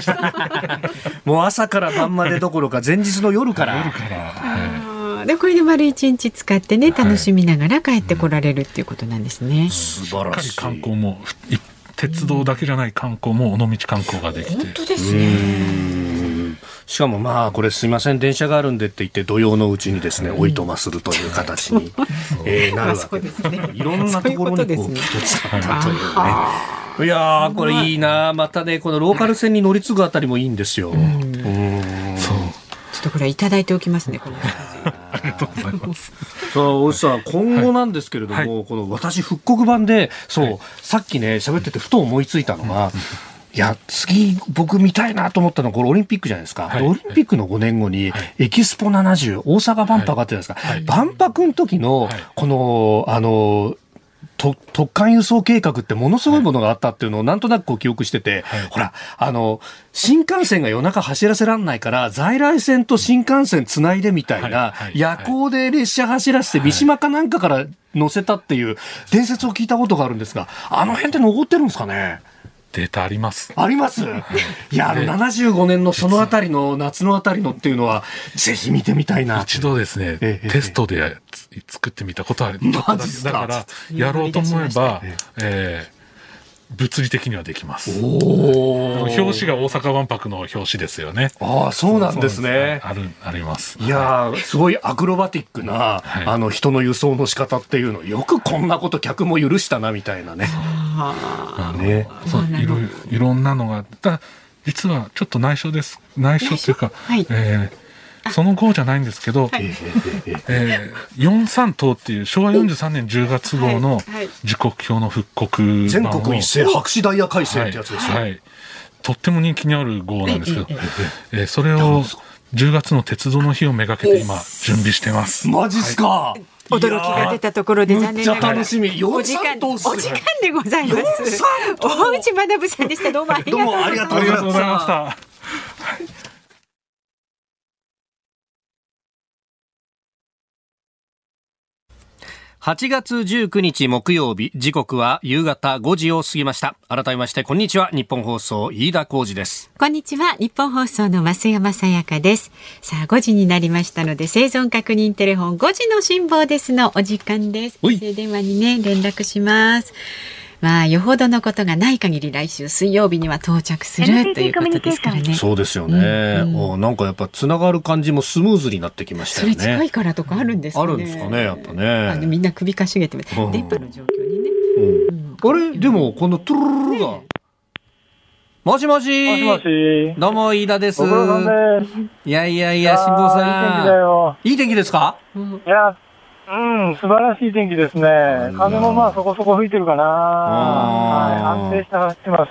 もう朝から晩までどころか前日の夜から。 でこれで丸一日使ってね楽しみながら帰ってこられるっていうことなんですね。 素晴らしい。 観光も鉄道だけじゃない観光も尾道観光ができて。 本当ですね。 しかもまあこれすいません電車があるんでって言って土曜のうちにですねおいとまするという形に、なるわけですね。いろんなところにこう気を使ったというね。いやーこれいいな。またねこのローカル線に乗り継ぐあたりもいいんですよ。そう。ちょっとこれいただいておきますねこのありがとうございます。 おじさん今後なんですけれども、この私復刻版でさっきね喋っててふと思いついたのが、いや次僕見たいなと思ったのはこれオリンピックじゃないですか。オリンピックの5年後にエキスポ70大阪万博あったじゃないですか。万博の時のこの特艦輸送計画ってものすごいものがあったっていうのをなんとなくこう記憶してて、ほら新幹線が夜中走らせらんないから在来線と新幹線つないでみたいな、夜行で列車走らせて三島かなんかから乗せたっていう伝説を聞いたことがあるんですが、あの辺って残ってるんですかね。 データあります。 あります。いや75年のそのあたりの夏のあたりのっていうのはぜひ見てみたいな。 一度ですね、テストで作ってみたことある。だからやろうと思えば、物理的にはできます。表紙が大阪万博の表紙ですよね。 ああそうなんですね。 あります。 いやすごいアクロバティックな、人の輸送の仕方っていうのよくこんなこと客も許したなみたいなね。 いろんなのが実はちょっと内緒です。内緒っていうか、その号じゃないんですけど、4.3等っていう昭和43年10月号の時刻表の復刻版を全国一斉白紙ダイヤ改正ってやつですよ。 とっても人気にある号なんですけど、それを10月の鉄道の日をめがけて今準備してます。 マジっすか。 驚きが出たところで残念ながら楽しみ。 お時間でございます。大内学さんでした。どうもありがとうございました。 8月19日木曜日、時刻は夕方5時を過ぎました。改めましてこんにちは。日本放送飯田浩司です。 こんにちは。日本放送の増山さやかです。さあ5時になりましたので生存確認テレフォン5時の辛抱ですのお時間です。電話にね連絡します。まあよほどのことがない限り来週水曜日には到着するということですからね。 そうですよね。なんかやっぱつながる感じもスムーズになってきましたよね。 それ近いからとかあるんですかね。 あるんですかねやっぱね。 みんな首かしげて電波の状況にね。 あれでもこのトゥルルルがもしもし。 もしもし。 どうも飯田です。 ご苦労さんです。 いや辛坊さん。 いい天気だよ。 いい天気ですか。 いや素晴らしい天気ですね。風もまあそこそこ吹いてるかな。安定して走ってます。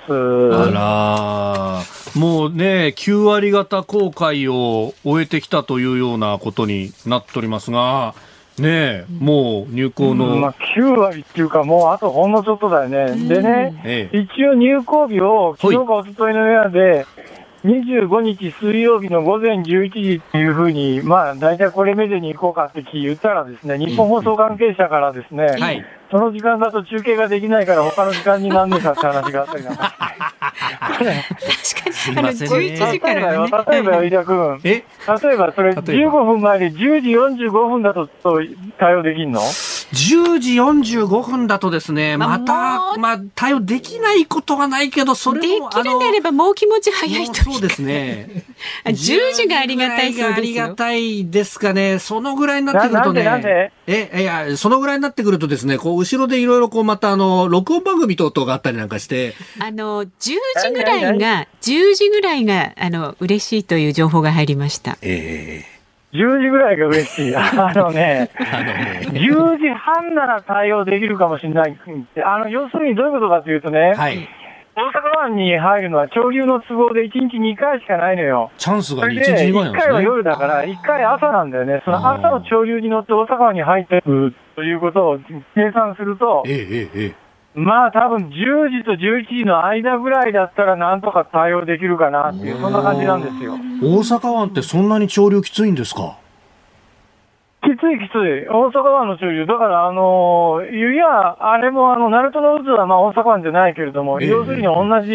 あら、もうね、9割方航海を終えてきたというようなことになっておりますが、ねえ、もう入港の、 9割っていうか、もうあとほんのちょっとだよね。でね、一応入港日を昨日か一昨日の部屋で、25日水曜日の午前11時っていうふうに、まあ、大体これ目でに行こうかって言ったらですね、日本放送関係者からですね、その時間だと中継ができないから他の時間になんでかって話があったりなんかして。 確かに、11時からね。 例えば、飯田君。例えば、それ15分前で10時45分だと対応できんの ？10時45分だとですね、また対応できないことはないけど、それもできるんであればもう気持ち早いとそうですね。 10時がありがたいそうですよ。 ありがたいですかね。そのぐらいになってくるとね。 なんでいや、そのぐらいになってくるとですね、こう、後ろでいろいろこう、また録音番組等々があったりなんかして。 10時ぐらいが、嬉しいという情報が入りました。 10時ぐらいが嬉しい。10時半なら対応できるかもしれない。要するにどういうことかというとね、大阪湾に入るのは潮流の都合で1日2回しかないのよ。 チャンスが1日2回なんですね。 1回は夜だから、1回朝なんだよね。その朝の潮流に乗って大阪湾に入ってくるということを計算すると、まあ多分10時と11時の間ぐらいだったらなんとか対応できるかなっていう、そんな感じなんですよ。 大阪湾ってそんなに潮流きついんですか？ きつい。大阪湾の潮流。だから、いや、あれも、鳴門の渦はまあ大阪湾じゃないけれども、要するに同じ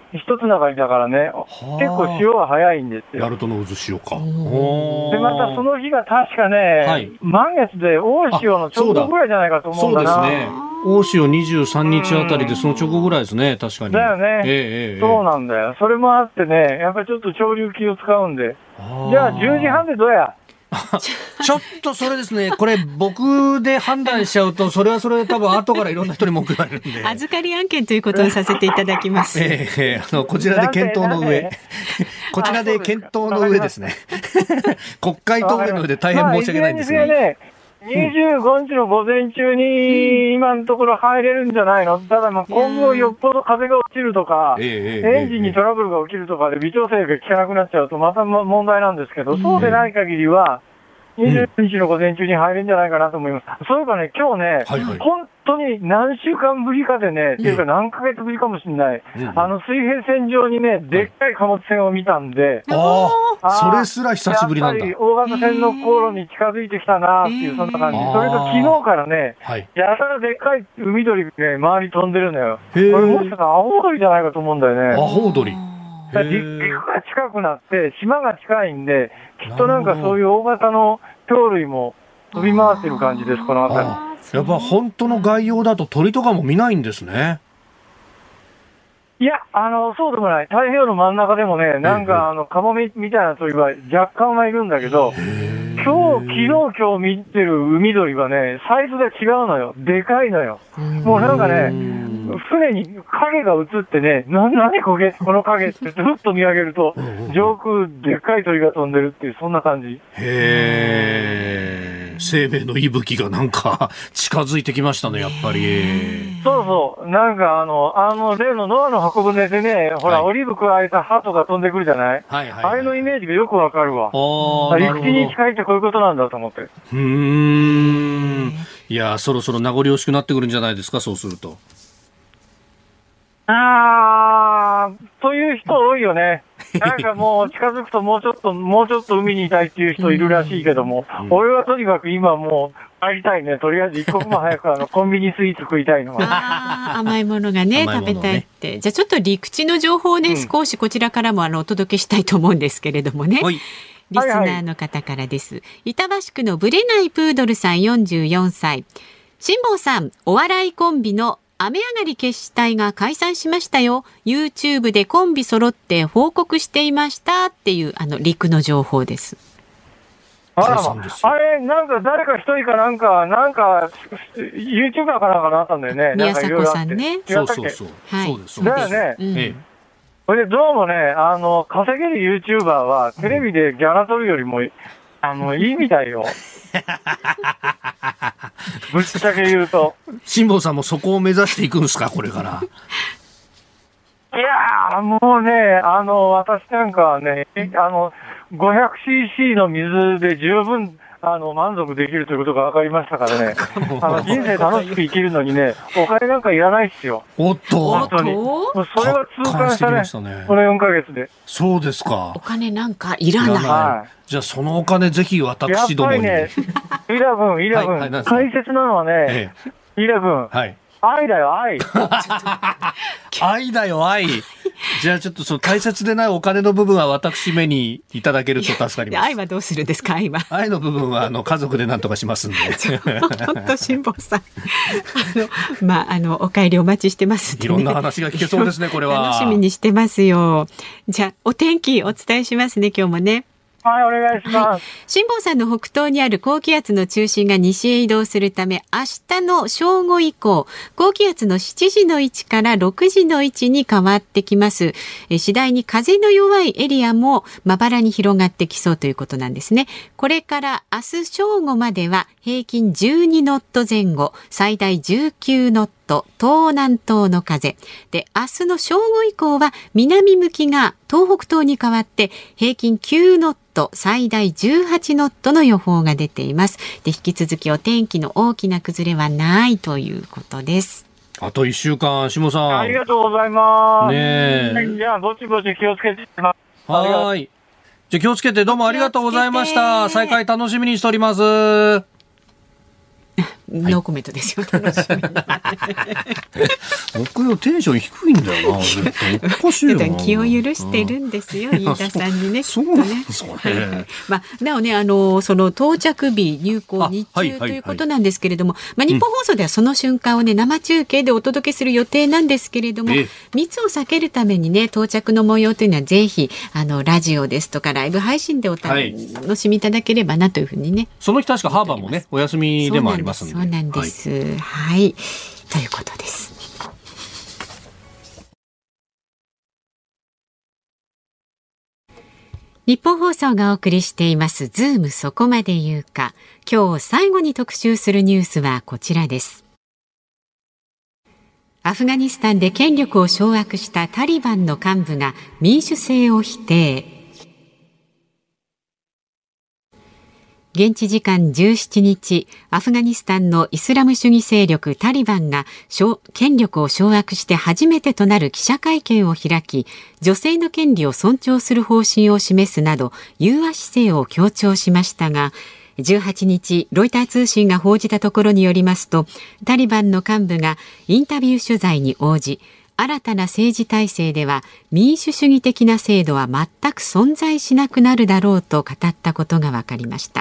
一つながりだからね、結構潮が早いんですよ。 鳴門の渦潮か。 で、またその日が確かね、 はい、 満月で大潮のちょうどぐらいじゃないかと思うんだな。 そうですね。大潮23日あたりでその直後ぐらいですね、確かに。 だよね。そうなんだよ。それもあってね、やっぱりちょっと潮流気を使うんで。じゃあ10時半でどうやちょっとそれですね、これ僕で判断しちゃうと、それはそれで多分後からいろんな人に文句言われるんで。 預かり案件ということにさせていただきます。 こちらで検討の上。こちらで検討の上ですね。国会答弁の上で大変申し訳ないんですが。 25日の午前中に今のところ入れるんじゃないの。ただまあ今後よっぽど風が落ちるとか、エンジンにトラブルが起きるとかで微調整が効かなくなっちゃうとまた問題なんですけど、そうでない限りは20日の午前中に入るんじゃないかなと思います。そういえばね、今日ね、本当に何週間ぶりかでね、っていうか何ヶ月ぶりかもしれない、水平線上にね、でっかい貨物船を見たんで、 それすら久しぶりなんだ。 やっぱり大型船の航路に近づいてきたなっていう、そんな感じ。それと昨日からね、やたらでっかい海鳥がね、周り飛んでるのよ。これもしかしたらアホウドリじゃないかと思うんだよね。 アホウドリ。 陸が近くなって、島が近いんで、きっとなんかそういう大型の鳥類も飛び回ってる感じです、この辺り。 やっぱ本当の概要だと鳥とかも見ないんですね。 いや、そうでもない。太平洋の真ん中でもね、なんかカモメみたいな鳥は若干はいるんだけど、昨日見てる海鳥はね、サイズが違うのよ。でかいのよ。もうなんかね、船に影が映ってね、何この影ってずっと見上げると、上空でっかい鳥が飛んでるっていう、そんな感じ。 生命の息吹がなんか近づいてきましたね、やっぱり。 そうそう。なんか例のノアの箱舟でね、ほら、オリーブ加えた鳩が飛んでくるじゃない？あれのイメージがよくわかるわ。陸地に近いってこういうことなんだと思って。 いや、そろそろ名残惜しくなってくるんじゃないですか、そうすると。 という人多いよね。なんかもう近づくともうちょっと海にいたいっていう人いるらしいけども、俺はとにかく今もう帰りたいね。とりあえず一刻も早くコンビニスイーツ食いたいのは。 甘いものがね、食べたいって。じゃあちょっと陸地の情報をね、少しこちらからもお届けしたいと思うんですけれどもね。リスナーの方からです。板橋区のブレないプードルさん44歳。辛坊さん、お笑いコンビの雨上がり決死隊が解散しましたよ。YouTube でコンビ揃って報告していましたっていう陸の情報です。 あれ、なんか誰か一人かなんか YouTuber かなんかなったんだよね。 宮迫さんね。 そう。そうです。 だよね。それでどうもね、稼げる YouTuber はテレビでギャラ取るよりも、いいみたいよ。ぶっちゃけ言うと。 辛坊さんもそこを目指していくんですか、これから。 いやー、もうね、私なんかはね、500cc の水で十分、満足できるということが分かりましたからね。人生楽しく生きるのにね、お金なんかいらないっすよ。 おっと。 本当に。もうそれは痛感したね。この4ヶ月で。 そうですか。 お金なんかいらない。 じゃあそのお金ぜひ私どもに。 やっぱりね、イレブン、大切なのはね、イレブン。愛だよ、愛。 愛だよ、愛。じゃあちょっとその大切でないお金の部分は私目にいただけると助かります。 愛はどうするんですか、愛は。 愛の部分は家族で何とかしますんで。 ちょっと辛坊さん。お帰りお待ちしてますんで、ね。 いろんな話が聞けそうですね、これは。 楽しみにしてますよ。じゃあお天気お伝えしますね、今日もね。 はい、お願いします。 辛坊さんの北東にある高気圧の中心が西へ移動するため、明日の正午以降、高気圧の7時の位置から6時の位置に変わってきます。次第に風の弱いエリアもまばらに広がってきそうということなんですね。これから明日正午までは平均12ノット前後、最大19ノット。東南東の風で、明日の正午以降は南向きが東北東に変わって平均9ノット、最大18ノットの予報が出ています。で、引き続きお天気の大きな崩れはないということです。 あと1週間、下さん。 ありがとうございます。 ねえ。 じゃあぼちぼち気をつけてます。 はい。じゃあ気をつけてどうもありがとうございました。再開楽しみにしております。 ノーコメントですよ。楽しみに僕のテンション低いんだよな。おかしいよな。 気を許してるんですよ、飯田さんにね。 そうなんですかね。 なおね、その到着日、入港日中ということなんですけれども、日本放送ではその瞬間をね、生中継でお届けする予定なんですけれども、密を避けるためにね、到着の模様というのはぜひラジオですとかライブ配信でお楽しみいただければなというふうにね。 その日確かハーバーもね、お休みでもありますので。 そうなんです。はい、ということです。日本放送がお送りしていますズームそこまで言うか。今日最後に特集するニュースはこちらです。アフガニスタンで権力を掌握したタリバンの幹部が民主制を否定。現地時間17日、アフガニスタンのイスラム主義勢力タリバンが権力を掌握して初めてとなる記者会見を開き、女性の権利を尊重する方針を示すなど融和姿勢を強調しましたが、18日、ロイター通信が報じたところによりますと、タリバンの幹部がインタビュー取材に応じ、新たな政治体制では民主主義的な制度は全く存在しなくなるだろうと語ったことが分かりました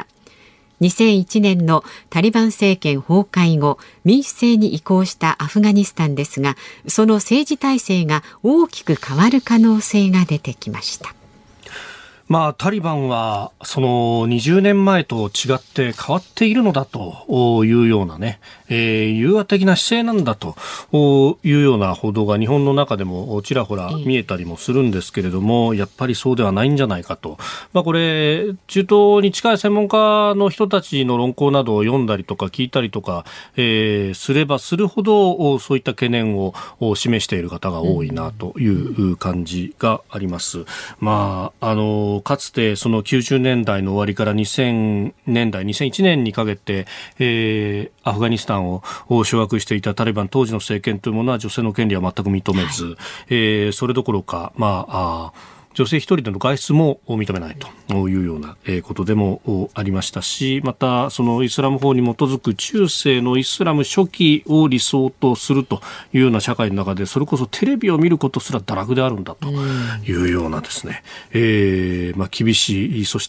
。2001年のタリバン政権崩壊後、民主制に移行したアフガニスタンですが、その政治体制が大きく変わる可能性が出てきました。 タリバンはその20年前と違って変わっているのだというようなね、融和的な姿勢なんだというような報道が日本の中でもちらほら見えたりもするんですけれども、やっぱりそうではないんじゃないかと。これ中東に近い専門家の人たちの論考などを読んだりとか聞いたりとか、すればするほどそういった懸念を示している方が多いなという感じがあります。かつてその90年代の終わりから2000年代2001年にかけて、アフガニスタンを掌握していたタリバン当時の政権というものは女性の権利は全く認めず、それどころか女性一人での外出も認めないというようなことでもありましたし、またそのイスラム法に基づく中世のイスラム初期を理想とするというような社会の中で、それこそテレビを見ることすら堕落であるんだというようなですね、厳しい、そして、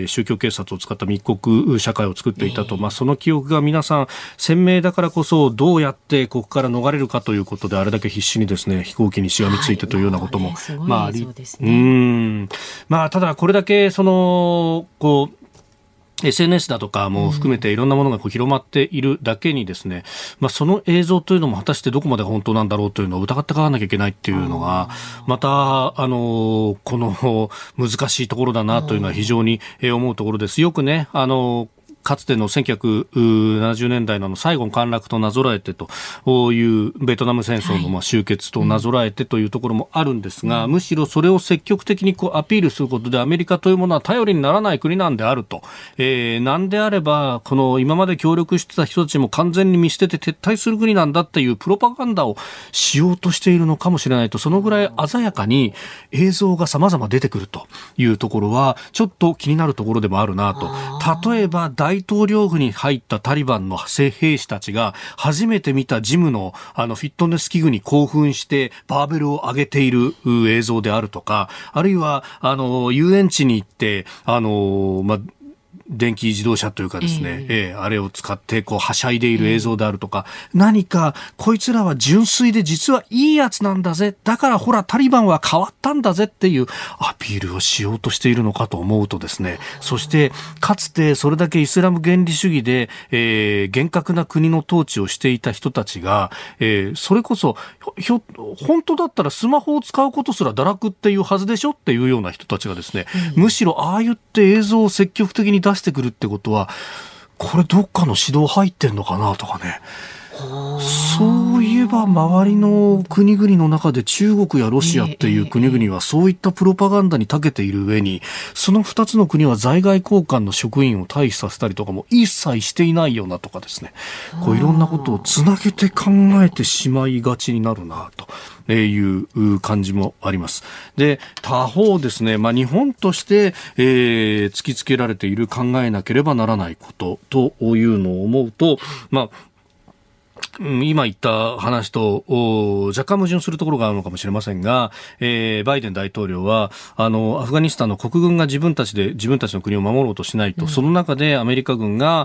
宗教警察を使った密告社会を作っていたと、その記憶が皆さん鮮明だからこそ、どうやってここから逃れるかということであれだけ必死にですね、飛行機にしがみついてというようなこともあり、ただこれだけSNS だとかも含めていろんなものが広まっているだけにですね、その映像というのも果たしてどこまで本当なんだろうというのを疑ってかわなきゃいけないっていうのがまたこの難しいところだなというのは非常に思うところです。よくね、かつての1970年代のサイゴン陥落となぞらえてというベトナム戦争の終結となぞらえてというところもあるんですが、むしろそれを積極的にアピールすることでアメリカというものは頼りにならない国なんであると、なんであればこの今まで協力してた人たちも完全に見捨てて撤退する国なんだっていうプロパガンダをしようとしているのかもしれないと、そのぐらい鮮やかに映像が様々出てくるというところはちょっと気になるところでもあるなと。例えば大統領府に入ったタリバンの兵士たちが初めて見たジムのフィットネス器具に興奮してバーベルを上げている映像であるとか、あるいは遊園地に行って電気自動車というかですね、あれを使ってはしゃいでいる映像であるとか、何かこいつらは純粋で実はいいやつなんだぜ、だからほらタリバンは変わったんだぜっていうアピールをしようとしているのかと思うとですね、そしてかつてそれだけイスラム原理主義で、厳格な国の統治をしていた人たちが、それこそ本当だったらスマホを使うことすら堕落っていうはずでしょっていうような人たちがですね、むしろああ言って映像を積極的に出してくるってことは、これどっかの指導入ってんのかなとかね、 そういえば周りの国々の中で中国やロシアっていう国々はそういったプロパガンダに長けている上に、その2つの国は在外公館の職員を退避させたりとかも一切していないようなとかですね、こういろんなことをつなげて考えてしまいがちになるなという感じもあります。で、他方ですね、日本として、突きつけられている考えなければならないことというのを思うと、今言った話と若干矛盾するところがあるのかもしれませんが、バイデン大統領はアフガニスタンの国軍が自分たちの国を守ろうとしないと、その中でアメリカ軍だ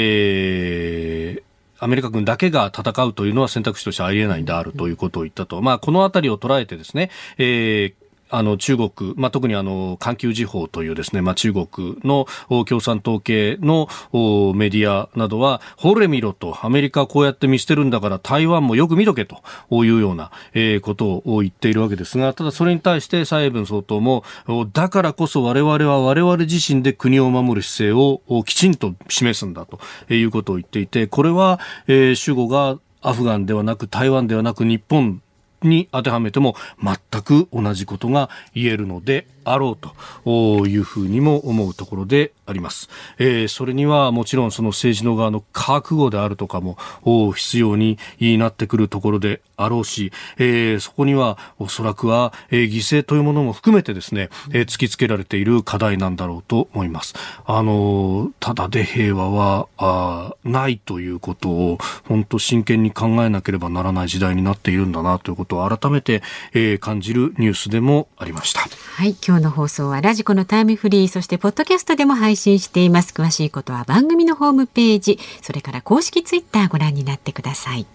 けが戦うというのは選択肢としてありえないんであるということを言ったと。このあたりを捉えてですね、中国、特に環球時報というですね、中国の共産党系のメディアなどは、ほれ見ろと、アメリカはこうやって見捨てるんだから台湾もよく見とけというようなことを言っているわけですが、ただそれに対して蔡英文総統も、だからこそ我々は我々自身で国を守る姿勢をきちんと示すんだということを言っていて、これは主語がアフガンではなく台湾ではなく日本に当てはめても全く同じことが言えるのであろうというふうにも思うところであります。それにはもちろんその政治の側の覚悟であるとかも必要になってくるところであろうし、そこにはおそらくは犠牲というものも含めてですね、突きつけられている課題なんだろうと思います。ただで平和はないということを本当真剣に考えなければならない時代になっているんだなということを改めて感じるニュースでもありました。 はい、今日の放送はラジコのタイムフリー、そしてポッドキャストでも配信しています。詳しいことは番組のホームページ、それから公式ツイッターご覧になってください。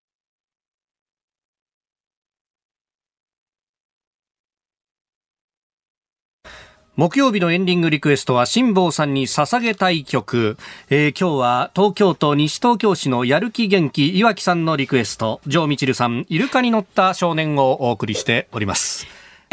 木曜日のエンディングリクエストは辛坊さんに捧げたい曲、今日は東京都西東京市のやる気元気岩木さんのリクエスト、城みちるさん、イルカに乗った少年をお送りしております。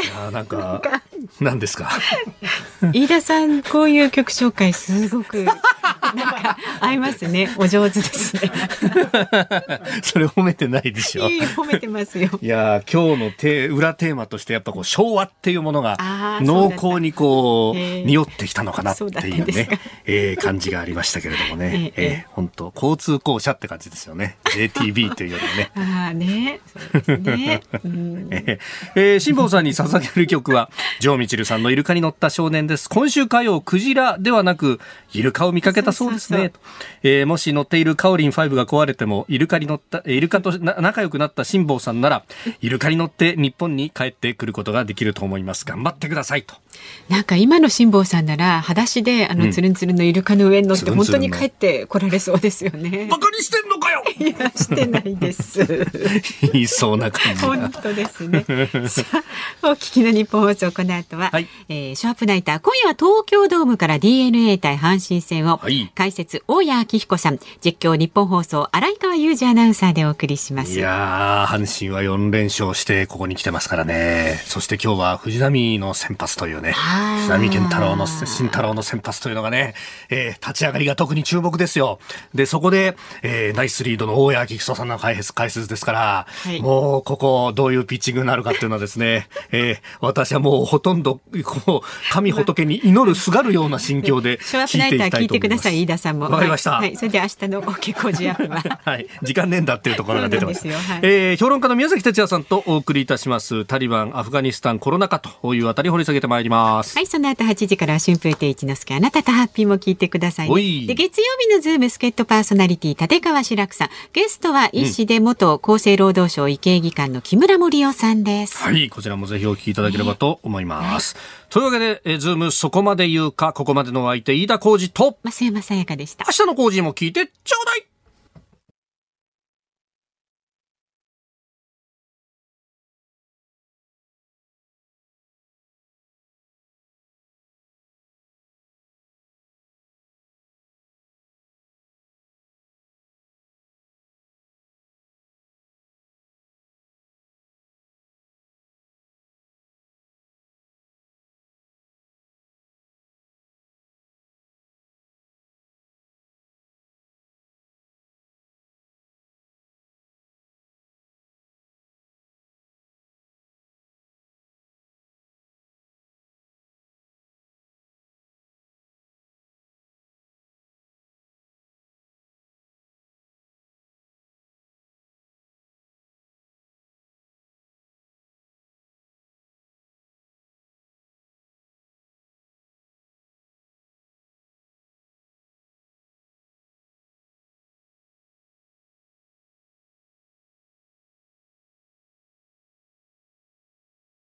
何ですか飯田さん、こういう曲紹介すごく合いますね。お上手ですね。 それ褒めてないでしょ。 褒めてますよ。 いや、今日の裏テーマとしてやっぱ昭和っていうものが濃厚に匂ってきたのかなっていうね、感じがありましたけれどもね、本当交通公社って感じですよね。JTB というよりね。 そうですね。 辛坊さんに捧げる曲は城みちるさんのイルカに乗った少年です。今週火曜、クジラではなくイルカを見かけたそうですね。もし乗っているカオリン5が壊れてもイルカと仲良くなった辛坊さんならイルカに乗って日本に帰ってくることができると思います。頑張ってくださいと。 なんか今の辛坊さんなら裸足でつるんつるんのイルカの上に乗って本当に帰ってこられそうですよね。 バカにしてんのかよ。 いや、してないです。 言いそうな感じが。 本当ですね。さあ、お聞きの日本放送、この後は、シャープナイター、今夜は東京ドームから DNA 対阪神戦を、解説大谷昭彦さん、実況日本放送荒井川裕二アナウンサーでお送りします。 いやー、阪神は4連勝してここに来てますからね。そして今日は藤浪の先発というね、藤浪慎太郎の先発というのがね、立ち上がりが特に注目ですよ。で、そこで、ナイスリードの大谷昭彦さんの解説ですから、もうここどういうピッチングになるかっていうのはですね、私はもうほとんど神仏に祈るすがるような心境でショーアップナイター聞いてください。飯田さんも。 わかりました。 それで明日の OK 工事アップは時間ねえんだっていうところが出てます。評論家の宮崎哲也さんとお送りいたします。タリバン、アフガニスタン、コロナ禍というあたり掘り下げてまいります。 はい、その後8時からは春風亭一之輔、あなたとハッピーも聞いてください、ね。で、月曜日のズーム助っ人パーソナリティ立川志らくさん、ゲストは医師で元厚生労働省医系技官の木村盛夫さんです。 はい、こちらもぜひお聞きいただければと思います。というわけで、ズームそこまで言うか、ここまでのお相手飯田浩司と増山さやかでした。 明日の浩司も聞いてちょうだい。